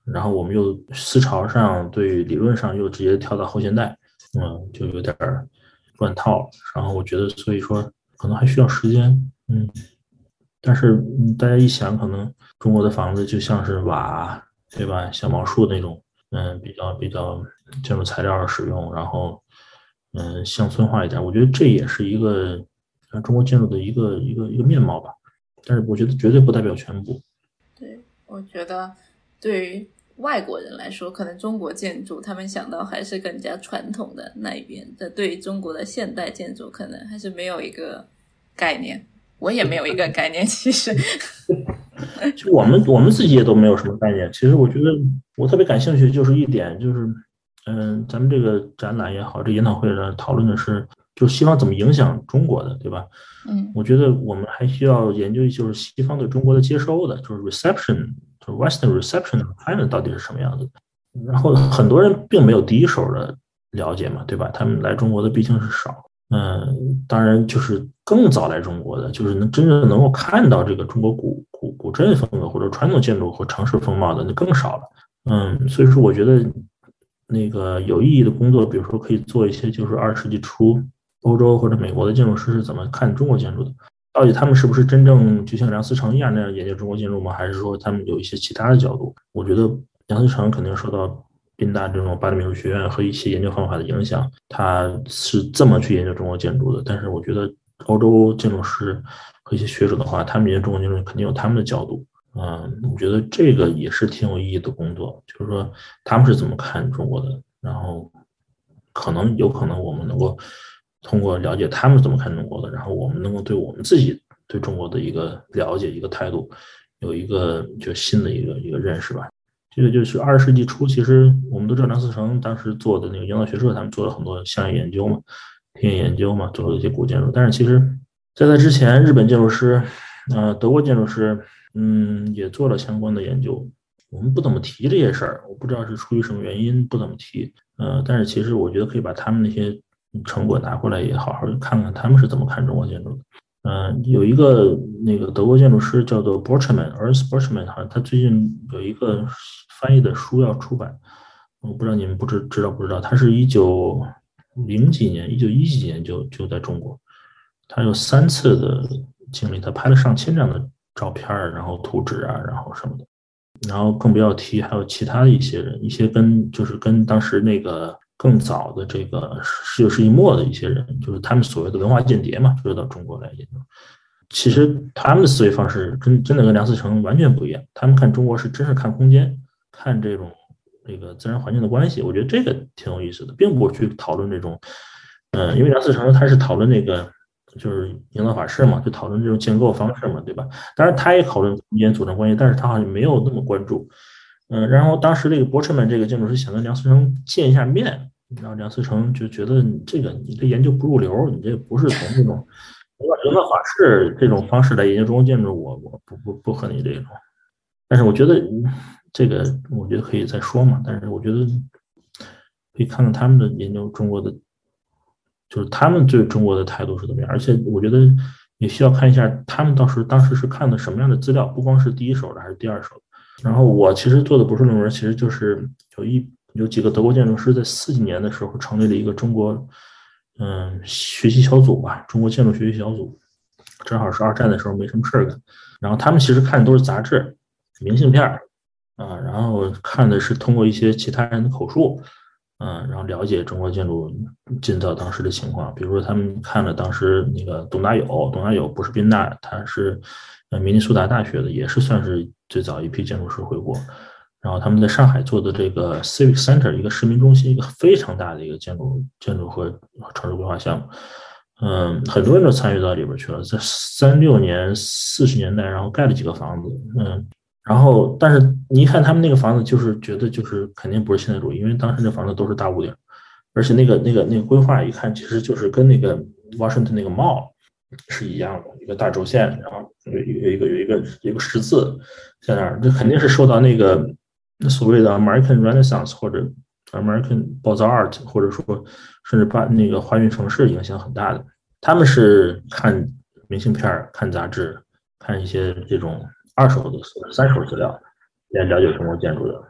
然后我们又思潮上对理论上又直接跳到后现代，嗯，就有点乱套。然后我觉得，所以说可能还需要时间，嗯。但是大家一想，可能中国的房子就像是瓦，对吧？像毛树那种，嗯，比较比较建筑材料的使用，然后嗯乡村化一点，我觉得这也是一个中国建筑的一个一个一个面貌吧。但是我觉得绝对不代表全部。 对，我觉得对于外国人来说，可能中国建筑他们想到还是更加传统的那一边的，对于中国的现代建筑可能还是没有一个概念。我也没有一个概念，其实其实我们我们自己也都没有什么概念。其实我觉得我特别感兴趣就是一点，就是嗯，咱们这个展览也好，这研讨会呢讨论的是，就是西方怎么影响中国的，对吧？ 嗯， 我觉得我们还需要研究，就是西方对中国的接收的，就是 reception，就是 Western reception of China 到底是什么样子。然后很多人并没有第一手的了解嘛，对吧？他们来中国的毕竟是少。嗯，当然就是更早来中国的，就是能真正能够看到这个中国古古古镇风格或者传统建筑或城市风貌的，那更少了。嗯，所以说我觉得那个有意义的工作，比如说可以做一些，就是二十世纪初欧洲或者美国的建筑师是怎么看中国建筑的，到底他们是不是真正就像梁思成一样那样研究中国建筑吗？还是说他们有一些其他的角度？我觉得梁思成肯定受到宾大这种巴黎美术学院和一些研究方法的影响，他是这么去研究中国建筑的。但是我觉得欧洲建筑师和一些学者的话，他们研究中国建筑肯定有他们的角度。嗯，我觉得这个也是挺有意义的工作，就是说他们是怎么看中国的，然后可能有可能我们能够通过了解他们怎么看中国的，然后我们能够对我们自己对中国的一个了解、一个态度，有一个就新的一个一个认识吧。这个就是二十世纪初，其实我们都知道梁思成当时做的那个营造学社，他们做了很多乡野研究嘛、田野研究嘛，做了一些古建筑。但是其实在那之前，日本建筑师、呃，德国建筑师，嗯，也做了相关的研究。我们不怎么提这些事儿，我不知道是出于什么原因不怎么提。呃，但是其实我觉得可以把他们那些成果拿过来，也好好看看他们是怎么看中国建筑的。嗯、呃，有一个那个德国建筑师叫做 Borchmann，Ernst Borchmann，好像他最近有一个翻译的书要出版，我不知道你们不知知道不知道，他是一九零几年、一九一几年就就在中国，他有三次的经历，他拍了上千张的照片，然后图纸啊，然后什么的。然后更不要提还有其他的一些人，一些跟就是跟当时那个更早的这个十九世纪末的一些人，就是他们所谓的文化间谍嘛，就是到中国来研究。其实他们的思维方式跟真的跟梁思成完全不一样，他们看中国是真是看空间，看这种这个自然环境的关系。我觉得这个挺有意思的，并不去讨论这种，嗯、呃，因为梁思成他是讨论那个。就是营造法式嘛，就讨论这种建构方式嘛，对吧？当然，他也讨论空间组成关系，但是他好像没有那么关注。嗯，然后当时这个伯彻曼这个建筑师想跟梁思成见一下面，然后梁思成就觉得这个你这研究不入流，你这不是从这种营造法式这种方式来研究中国建筑，我我不不不和你这种。但是我觉得这个我觉得可以再说嘛，但是我觉得可以看看他们的研究中国的。就是他们对中国的态度是怎么样，而且我觉得也需要看一下他们当时当时是看的什么样的资料，不光是第一手的还是第二手的。然后我其实做的博士论文，其实就是有一有几个德国建筑师在四几年的时候成立了一个中国嗯学习小组吧，中国建筑学习小组，正好是二战的时候没什么事干，然后他们其实看的都是杂志、明信片啊，然后看的是通过一些其他人的口述。嗯，然后了解中国建筑建造当时的情况，比如说他们看了当时那个董大友，董大友不是宾大，他是呃明尼苏达大学的，也是算是最早一批建筑师回国。然后他们在上海做的这个 Civic Center， 一个市民中心，一个非常大的一个建筑建筑和城市规划项目。嗯，很多人都参与到里边去了，在三六年、四十年代，然后盖了几个房子。嗯。然后，但是你一看他们那个房子，就是觉得就是肯定不是现代主义，因为当时那房子都是大屋顶，而且那个那个那个规划一看，其实就是跟那个 Washington 那个 Mall 是一样的，一个大轴线，然后有有一个有一个有一个十字在那儿，这肯定是受到那个所谓的 American Renaissance 或者 American Beaux Art， 或者说甚至把那个花园城市影响很大的。他们是看明信片、看杂志、看一些这种。二手的、三手资料来了解中国建筑的。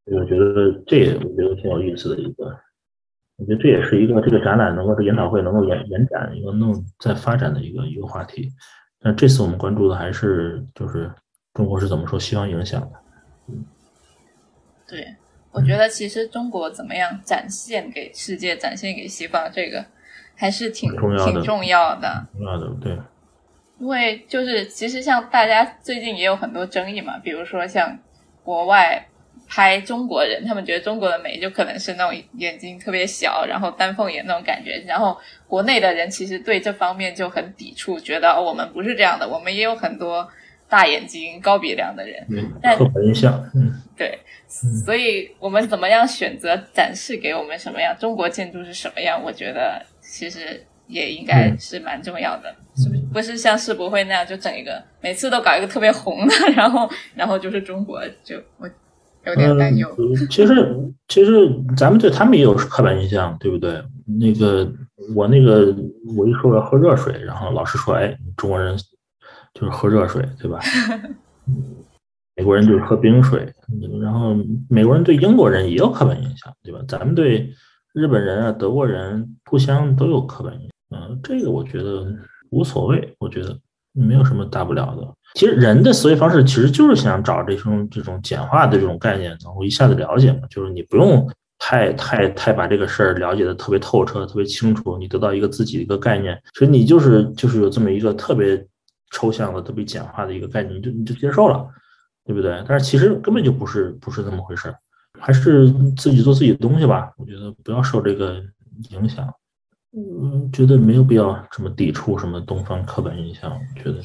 我觉得这也我觉得挺有意思的一个，我觉得这也是一个这个展览能够这研讨会能够延延展一个能再发展的一个一个话题。但这次我们关注的还是就是中国是怎么受西方影响的。嗯， 对，我觉得其实中国怎么样展现给世界、展现给西方，这个还是挺重要的挺重要的。 重要的，对。 因为就是其实像大家最近也有很多争议嘛，比如说像国外拍中国人，他们觉得中国的美就可能是那种眼睛特别小，然后丹凤眼那种感觉，然后国内的人其实对这方面就很抵触，觉得、哦、我们不是这样的，我们也有很多大眼睛高鼻梁的人，但刻板印象，嗯， 对，所以我们怎么样选择展示给我们什么样中国建筑是什么样，我觉得其实也应该是蛮重要的，是不是？不是像世博会那样就整一个每次都搞一个特别红的，然后然后就是中国，就我有点担忧。 嗯，其实其实咱们对他们也有刻板印象，对不对？那个我那个我一说要喝热水，然后老师说，哎，中国人就是喝热水，对吧？美国人就是喝冰水，然后美国人对英国人也有刻板印象，对吧？咱们对日本人啊、德国人互相都有刻板印象。嗯，这个我觉得无所谓，我觉得没有什么大不了的。其实人的思维方式其实就是想找这种这种简化的这种概念，然后一下子了解嘛，就是你不用太太太把这个事儿了解的特别透彻、特别清楚，你得到一个自己的一个概念。所以你就是就是有这么一个特别抽象的、特别简化的一个概念，你就你就接受了，对不对？但是其实根本就不是不是这么回事，还是自己做自己的东西吧。我觉得不要受这个影响。嗯，觉得没有必要什么抵触什么东方刻板印象，我觉得。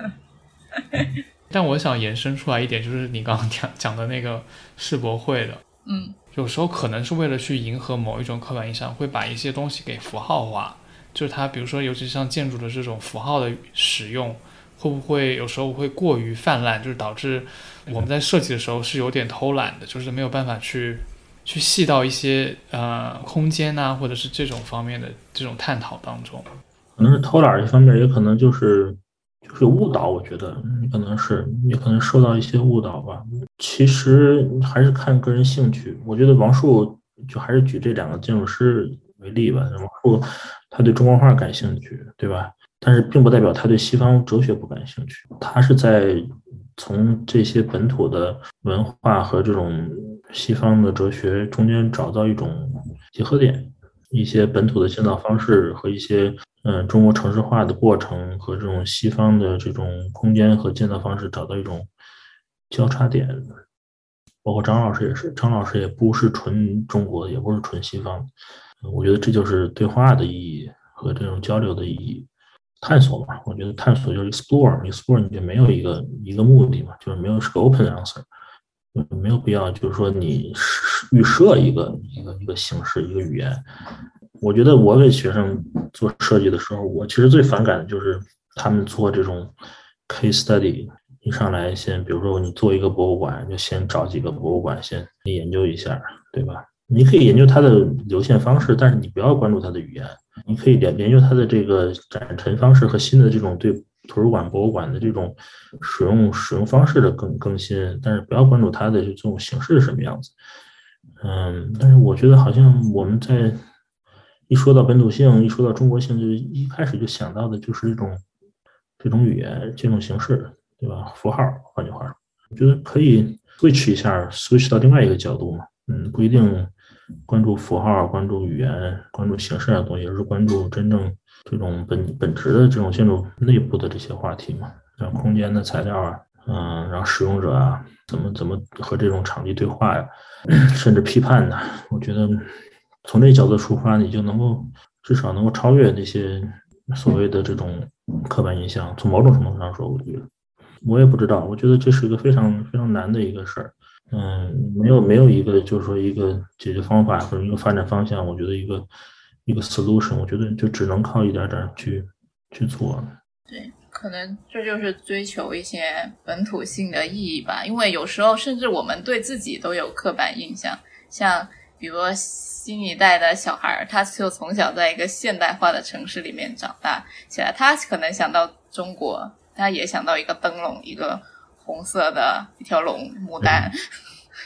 但我想延伸出来一点，就是你刚刚讲讲的那个世博会的， 嗯， 有时候可能是为了去迎合某一种刻板印象，会把一些东西给符号化，就是它比如说尤其像建筑的这种符号的使用，会不会有时候会过于泛滥，就是导致我们在设计的时候是有点偷懒的，就是没有办法去去细到一些呃空间啊，或者是这种方面的这种探讨当中。 可能是偷懒一方面，也可能就是就是误导，我觉得可能是也可能受到一些误导吧。其实还是看个人兴趣。我觉得王树就还是举这两个建筑师为例吧。王树他对中国画感兴趣，对吧？但是并不代表他对西方哲学不感兴趣。他是在从这些本土的文化和这种西方的哲学中间找到一种结合点，一些本土的建造方式和一些嗯中国城市化的过程和这种西方的这种空间和建造方式找到一种交叉点。包括张老师也是，张老师也不是纯中国，也不是纯西方。我觉得这就是对话的意义和这种交流的意义。探索嘛，我觉得探索就是 explore，explore 你就没有一个一个目的嘛，就是没有是个 open answer，没有必要就是说你预设一个一个一个形式一个语言。我觉得我给学生做设计的时候，我其实最反感的就是他们做这种 case study， 一上来先比如说你做一个博物馆，就先找几个博物馆先研究一下，对吧？你可以研究它的流线方式，但是你不要关注它的语言。你可以研研究它的这个展陈方式和新的这种对图书馆、博物馆的这种使用使用方式的更更新，但是不要关注它的这种形式是什么样子。嗯，但是我觉得好像我们在一说到本土性，一说到中国性，就一开始就想到的就是这种这种语言、这种形式，对吧？符号，换句话说，我觉得可以 switch 一下 ，switch 到另外一个角度嘛。嗯，不一定关注符号、关注语言、关注形式的东西，而是关注真正这种本本质的这种建筑内部的这些话题嘛，像空间的材料啊，嗯，然后使用者啊，怎么怎么和这种场地对话呀，甚至批判呢？我觉得从这角度出发，你就能够至少能够超越那些所谓的这种刻板印象。从某种程度上说，我觉得我也不知道，我觉得这是一个非常非常难的一个事儿。嗯，没有没有一个就是说一个解决方法或者一个发展方向，我觉得一个一个 solution， 我觉得就只能靠一点点去去做。 对，可能这就是追求一些本土性的意义吧，因为有时候甚至我们对自己都有刻板印象，像比如说新一代的小孩，他就从小在一个现代化的城市里面长大起来，他可能想到中国，他也想到一个灯笼，一个红色的一条龙牡丹。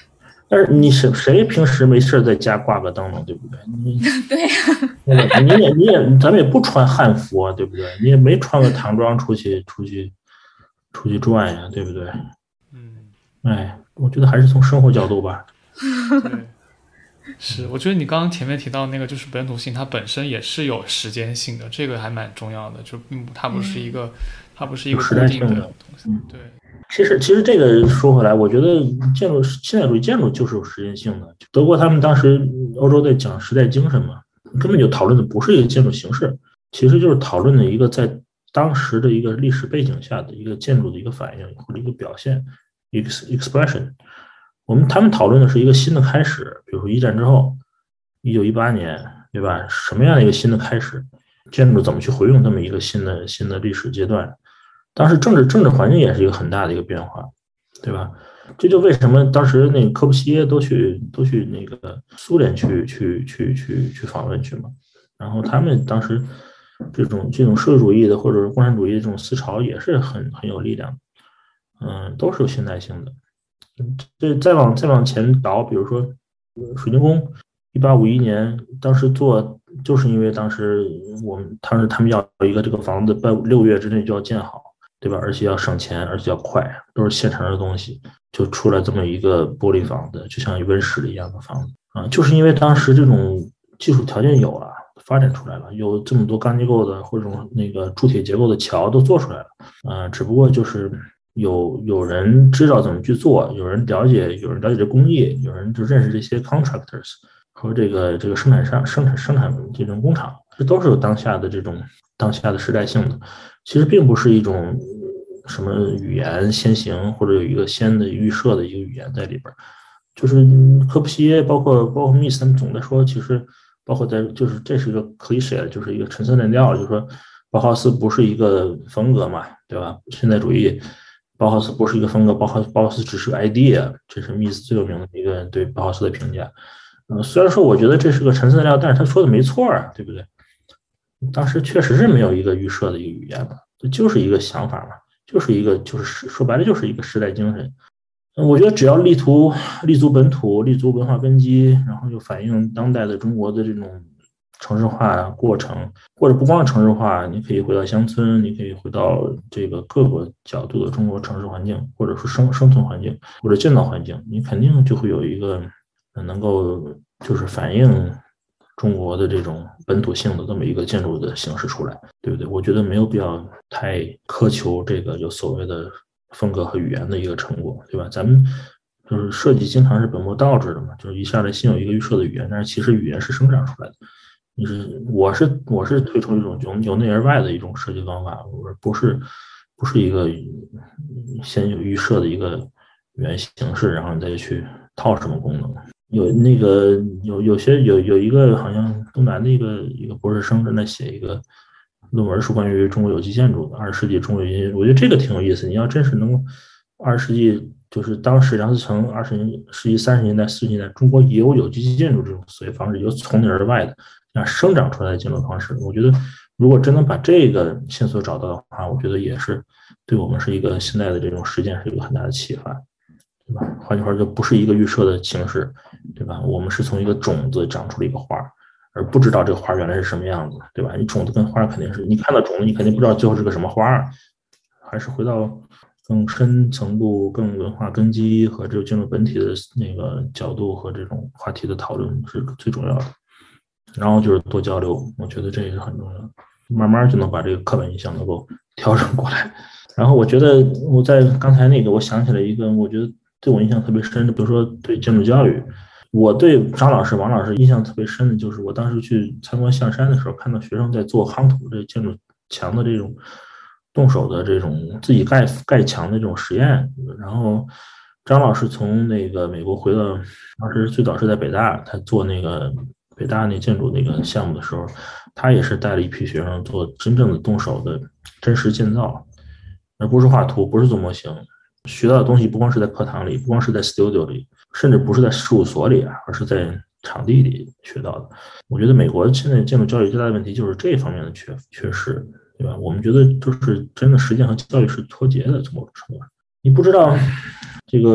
但是你谁谁平时没事在家挂个灯笼，对不对？你对呀、 啊，你也你也咱们也不穿汉服啊，对不对？你也没穿个唐装出去出去出去转呀，对不对？ 嗯， 哎，我觉得还是从生活角度吧。 对，是，我觉得你刚刚前面提到那个，就是本土性，它本身也是有时间性的，这个还蛮重要的，就并不它不是一个，嗯、它不是一个固定的东西。对， 其实其实这个说回来，我觉得建筑现代主义建筑就是有时间性的。德国他们当时欧洲在讲时代精神嘛，根本就讨论的不是一个建筑形式，其实就是讨论的一个在当时的一个历史背景下的一个建筑的一个反应或者一个表现，一个 expression。我们他们讨论的是一个新的开始，比如说一战之后，一九一八年，对吧？什么样的一个新的开始？建筑怎么去回应这么一个新的新的历史阶段？当时政治政治环境也是一个很大的一个变化，对吧？这就为什么当时那个科布西耶都去都去那个苏联去去去去去访问去嘛，然后他们当时这种这种社会主义的或者是共产主义的这种思潮也是很很有力量的，嗯，都是有现代性的。这再往再往前倒，比如说水晶宫，一八五一年当时做，就是因为当时我们当时他们要一个这个房子在六月之内就要建好，对吧？而且要省钱，而且要快，都是现成的东西，就出来这么一个玻璃房子，就像温室一样的房子啊，就是因为当时这种技术条件有了，发展出来了，有这么多钢结构的或者那个铸铁结构的桥都做出来了，啊，只不过就是有有人知道怎么去做，有人了解，有人了解这工艺，有人就认识这些 contractors 和这个这个生产商生产生产这种工厂，这都是有当下的这种当下的时代性的。其实并不是一种什么语言先行或者有一个先的预设的一个语言在里边，就是科布西耶包括包括密斯他们总在说，其实包括在就是这是一个 cliché， 就是一个陈词滥调，就是说包豪斯不是一个风格嘛，对吧？现代主义。包豪斯不是一个风格，包豪包豪斯只是个 idea， 这是密斯最有名的一个人对包豪斯的评价。呃，虽然说我觉得这是个陈词滥调，但是他说的没错啊，对不对？当时确实是没有一个预设的一个语言嘛，这就是一个想法嘛，就是一个就是说白了就是一个时代精神。我觉得只要立图立足本土，立足文化根基，然后又反映当代的中国的这种城市化过程，或者不光是城市化，你可以回到乡村，你可以回到这个各个角度的中国城市环境，或者是生生存环境，或者建造环境，你肯定就会有一个能够就是反映中国的这种本土性的这么一个建筑的形式出来，对不对？我觉得没有必要太苛求这个有所谓的风格和语言的一个成果，对吧？咱们就是设计经常是本末倒置的嘛，就是一上来先有一个预设的语言，但是其实语言是生长出来的。就是我是我是推崇一种由由内而外的一种设计方法，而不是不是一个先有预设的一个语言形式，然后你再去套什么功能。有那个有有些有有一个好像东南的一个一个博士生正在写一个论文，是关于中国有机建筑的二十世纪中国有机建筑，我觉得这个挺有意思。你要真是能二十世纪就是当时梁思成二十世纪三十年代四十年代中国也有有机建筑这种思维方式，有从内而外的生长出来的建筑方式，我觉得如果真能把这个线索找到的话，我觉得也是对我们是一个现在的这种实践是一个很大的启发，对吧？换句话说，就不是一个预设的形式，对吧？我们是从一个种子长出了一个花，而不知道这个花原来是什么样子，对吧？你种子跟花肯定是你看到种子，你肯定不知道最后是个什么花，还是回到更深层度、更文化根基和这个建筑本体的那个角度和这种话题的讨论是最重要的。然后就是多交流，我觉得这也是很重要的，慢慢就能把这个刻板印象能够调整过来。然后我觉得我在刚才那个，我想起来一个，我觉得对我印象特别深的，比如说对建筑教育，我对张老师、王老师印象特别深的，就是我当时去参观象山的时候，看到学生在做夯土这建筑墙的这种动手的这种自己盖盖墙的这种实验。然后张老师从那个美国回到，当时最早是在北大，他做那个。北大那建筑那个项目的时候，他也是带了一批学生做真正的动手的真实建造，而不是画图，不是做模型。学到的东西不光是在课堂里，不光是在 studio 里，甚至不是在事务所里啊，而是在场地里学到的。我觉得美国现在建筑教育最大的问题就是这方面的缺缺失，对吧？我们觉得就是真的实践和教育是脱节的，从某种程度上，你不知道这个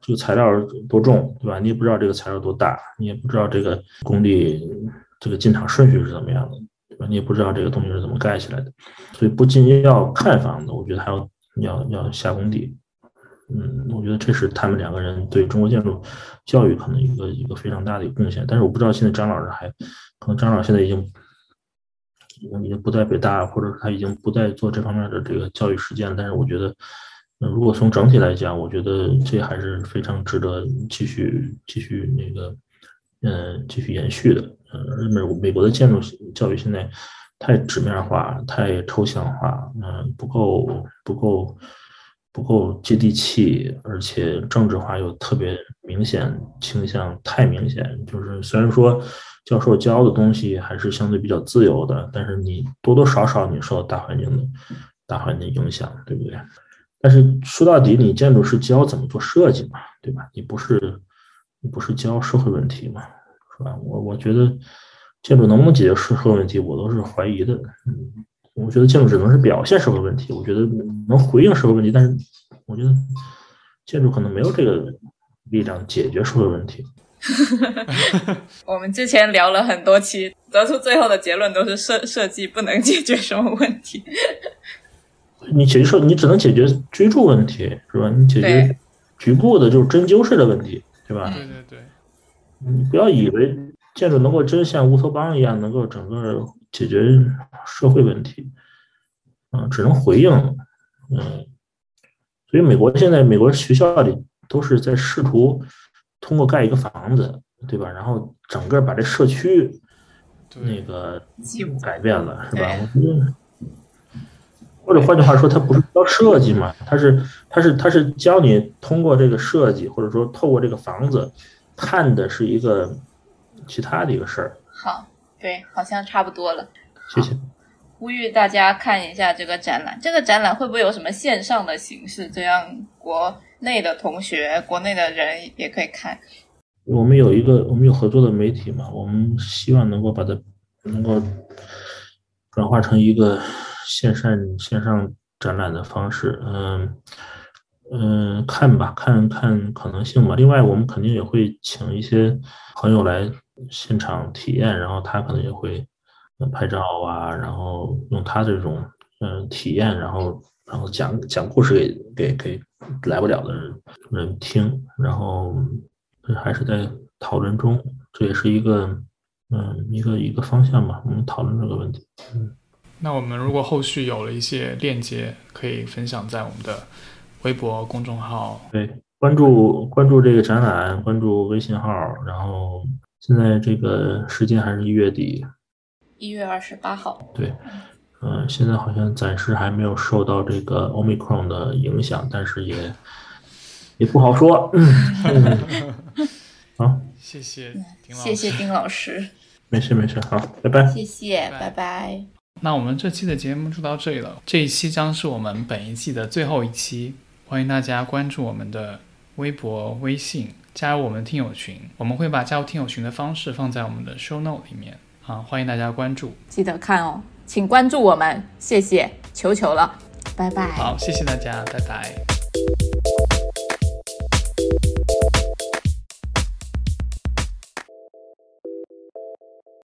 这个材料多重，对吧？你也不知道这个材料多大，你也不知道这个工地这个进场顺序是怎么样的，对吧？你也不知道这个东西是怎么盖起来的，所以不仅要看房子，我觉得还要要要下功底。嗯，我觉得这是他们两个人对中国建筑教育可能一个一个非常大的一个贡献。但是我不知道现在张老师还，可能张老师现在已经已经不在北大，或者他已经不再做这方面的这个教育实践。但是我觉得，嗯，如果从整体来讲，我觉得这还是非常值得继续继续那个，嗯，继续延续的。嗯，美美国的建筑教育现在太纸面化，太抽象化，嗯，不够不够。不够接地气，而且政治化又特别明显，倾向太明显。就是虽然说教授教的东西还是相对比较自由的，但是你多多少少你受到大环境的大环境影响，对不对？但是说到底，你建筑是教怎么做设计嘛，对吧？你不是你不是教社会问题嘛，是吧？我我觉得建筑能不能解决社会问题，我都是怀疑的。嗯。我觉得建筑只能是表现社会问题，我觉得能回应社会问题，但是我觉得建筑可能没有这个力量解决社会问题。 我们之前聊了很多期，得出最后的结论都是设设计不能解决什么问题。 你解决社，你只能解决居住问题，是吧？你解决局部的就是针灸式的问题，对吧？ 对对对。 你不要以为建筑能够真像乌托邦一样，能够整个解决社会问题，嗯、呃，只能回应，嗯，所以美国现在美国学校里都是在试图通过盖一个房子，对吧？然后整个把这社区那个改变了，是吧？我觉得，或者换句话说，它不是教设计嘛，它是它是它是教你通过这个设计，或者说透过这个房子看的是一个其他的一个事儿。 好。对，好像差不多了。 谢谢。 呼吁大家看一下这个展览，这个展览会不会有什么线上的形式，这样国内的同学、国内的人也可以看？ 我们有一个，我们有合作的媒体嘛，我们希望能够把它能够转化成一个线上线上展览的方式。嗯嗯，看吧，看看可能性吧。另外，我们肯定也会请一些朋友来现场体验，然后他可能也会拍照啊，然后用他这种嗯体验，然后然后讲讲故事给给给来不了的人听，然后还是在讨论中，这也是一个嗯一个一个方向吧，我们讨论这个问题。嗯， 那我们如果后续有了一些链接，可以分享在我们的微博公众号。 对，关注关注这个展览，关注微信号，然后现在这个时间还是一月底， 一月二十八号。 对，嗯、呃，现在好像暂时还没有受到这个 Omicron 的影响，但是也也不好说。嗯，嗯好， 谢谢丁老师， 谢谢丁老师。 没事没事，好，拜拜。 谢谢，拜拜。 那我们这期的节目就到这里了，这一期将是我们本一季的最后一期。欢迎大家关注我们的微博、微信，加入我们听友群。我们会把加入听友群的方式放在我们的 show note 里面啊，欢迎大家关注， 记得看哦，请关注我们，谢谢，求求了，拜拜。 好，谢谢大家，拜拜。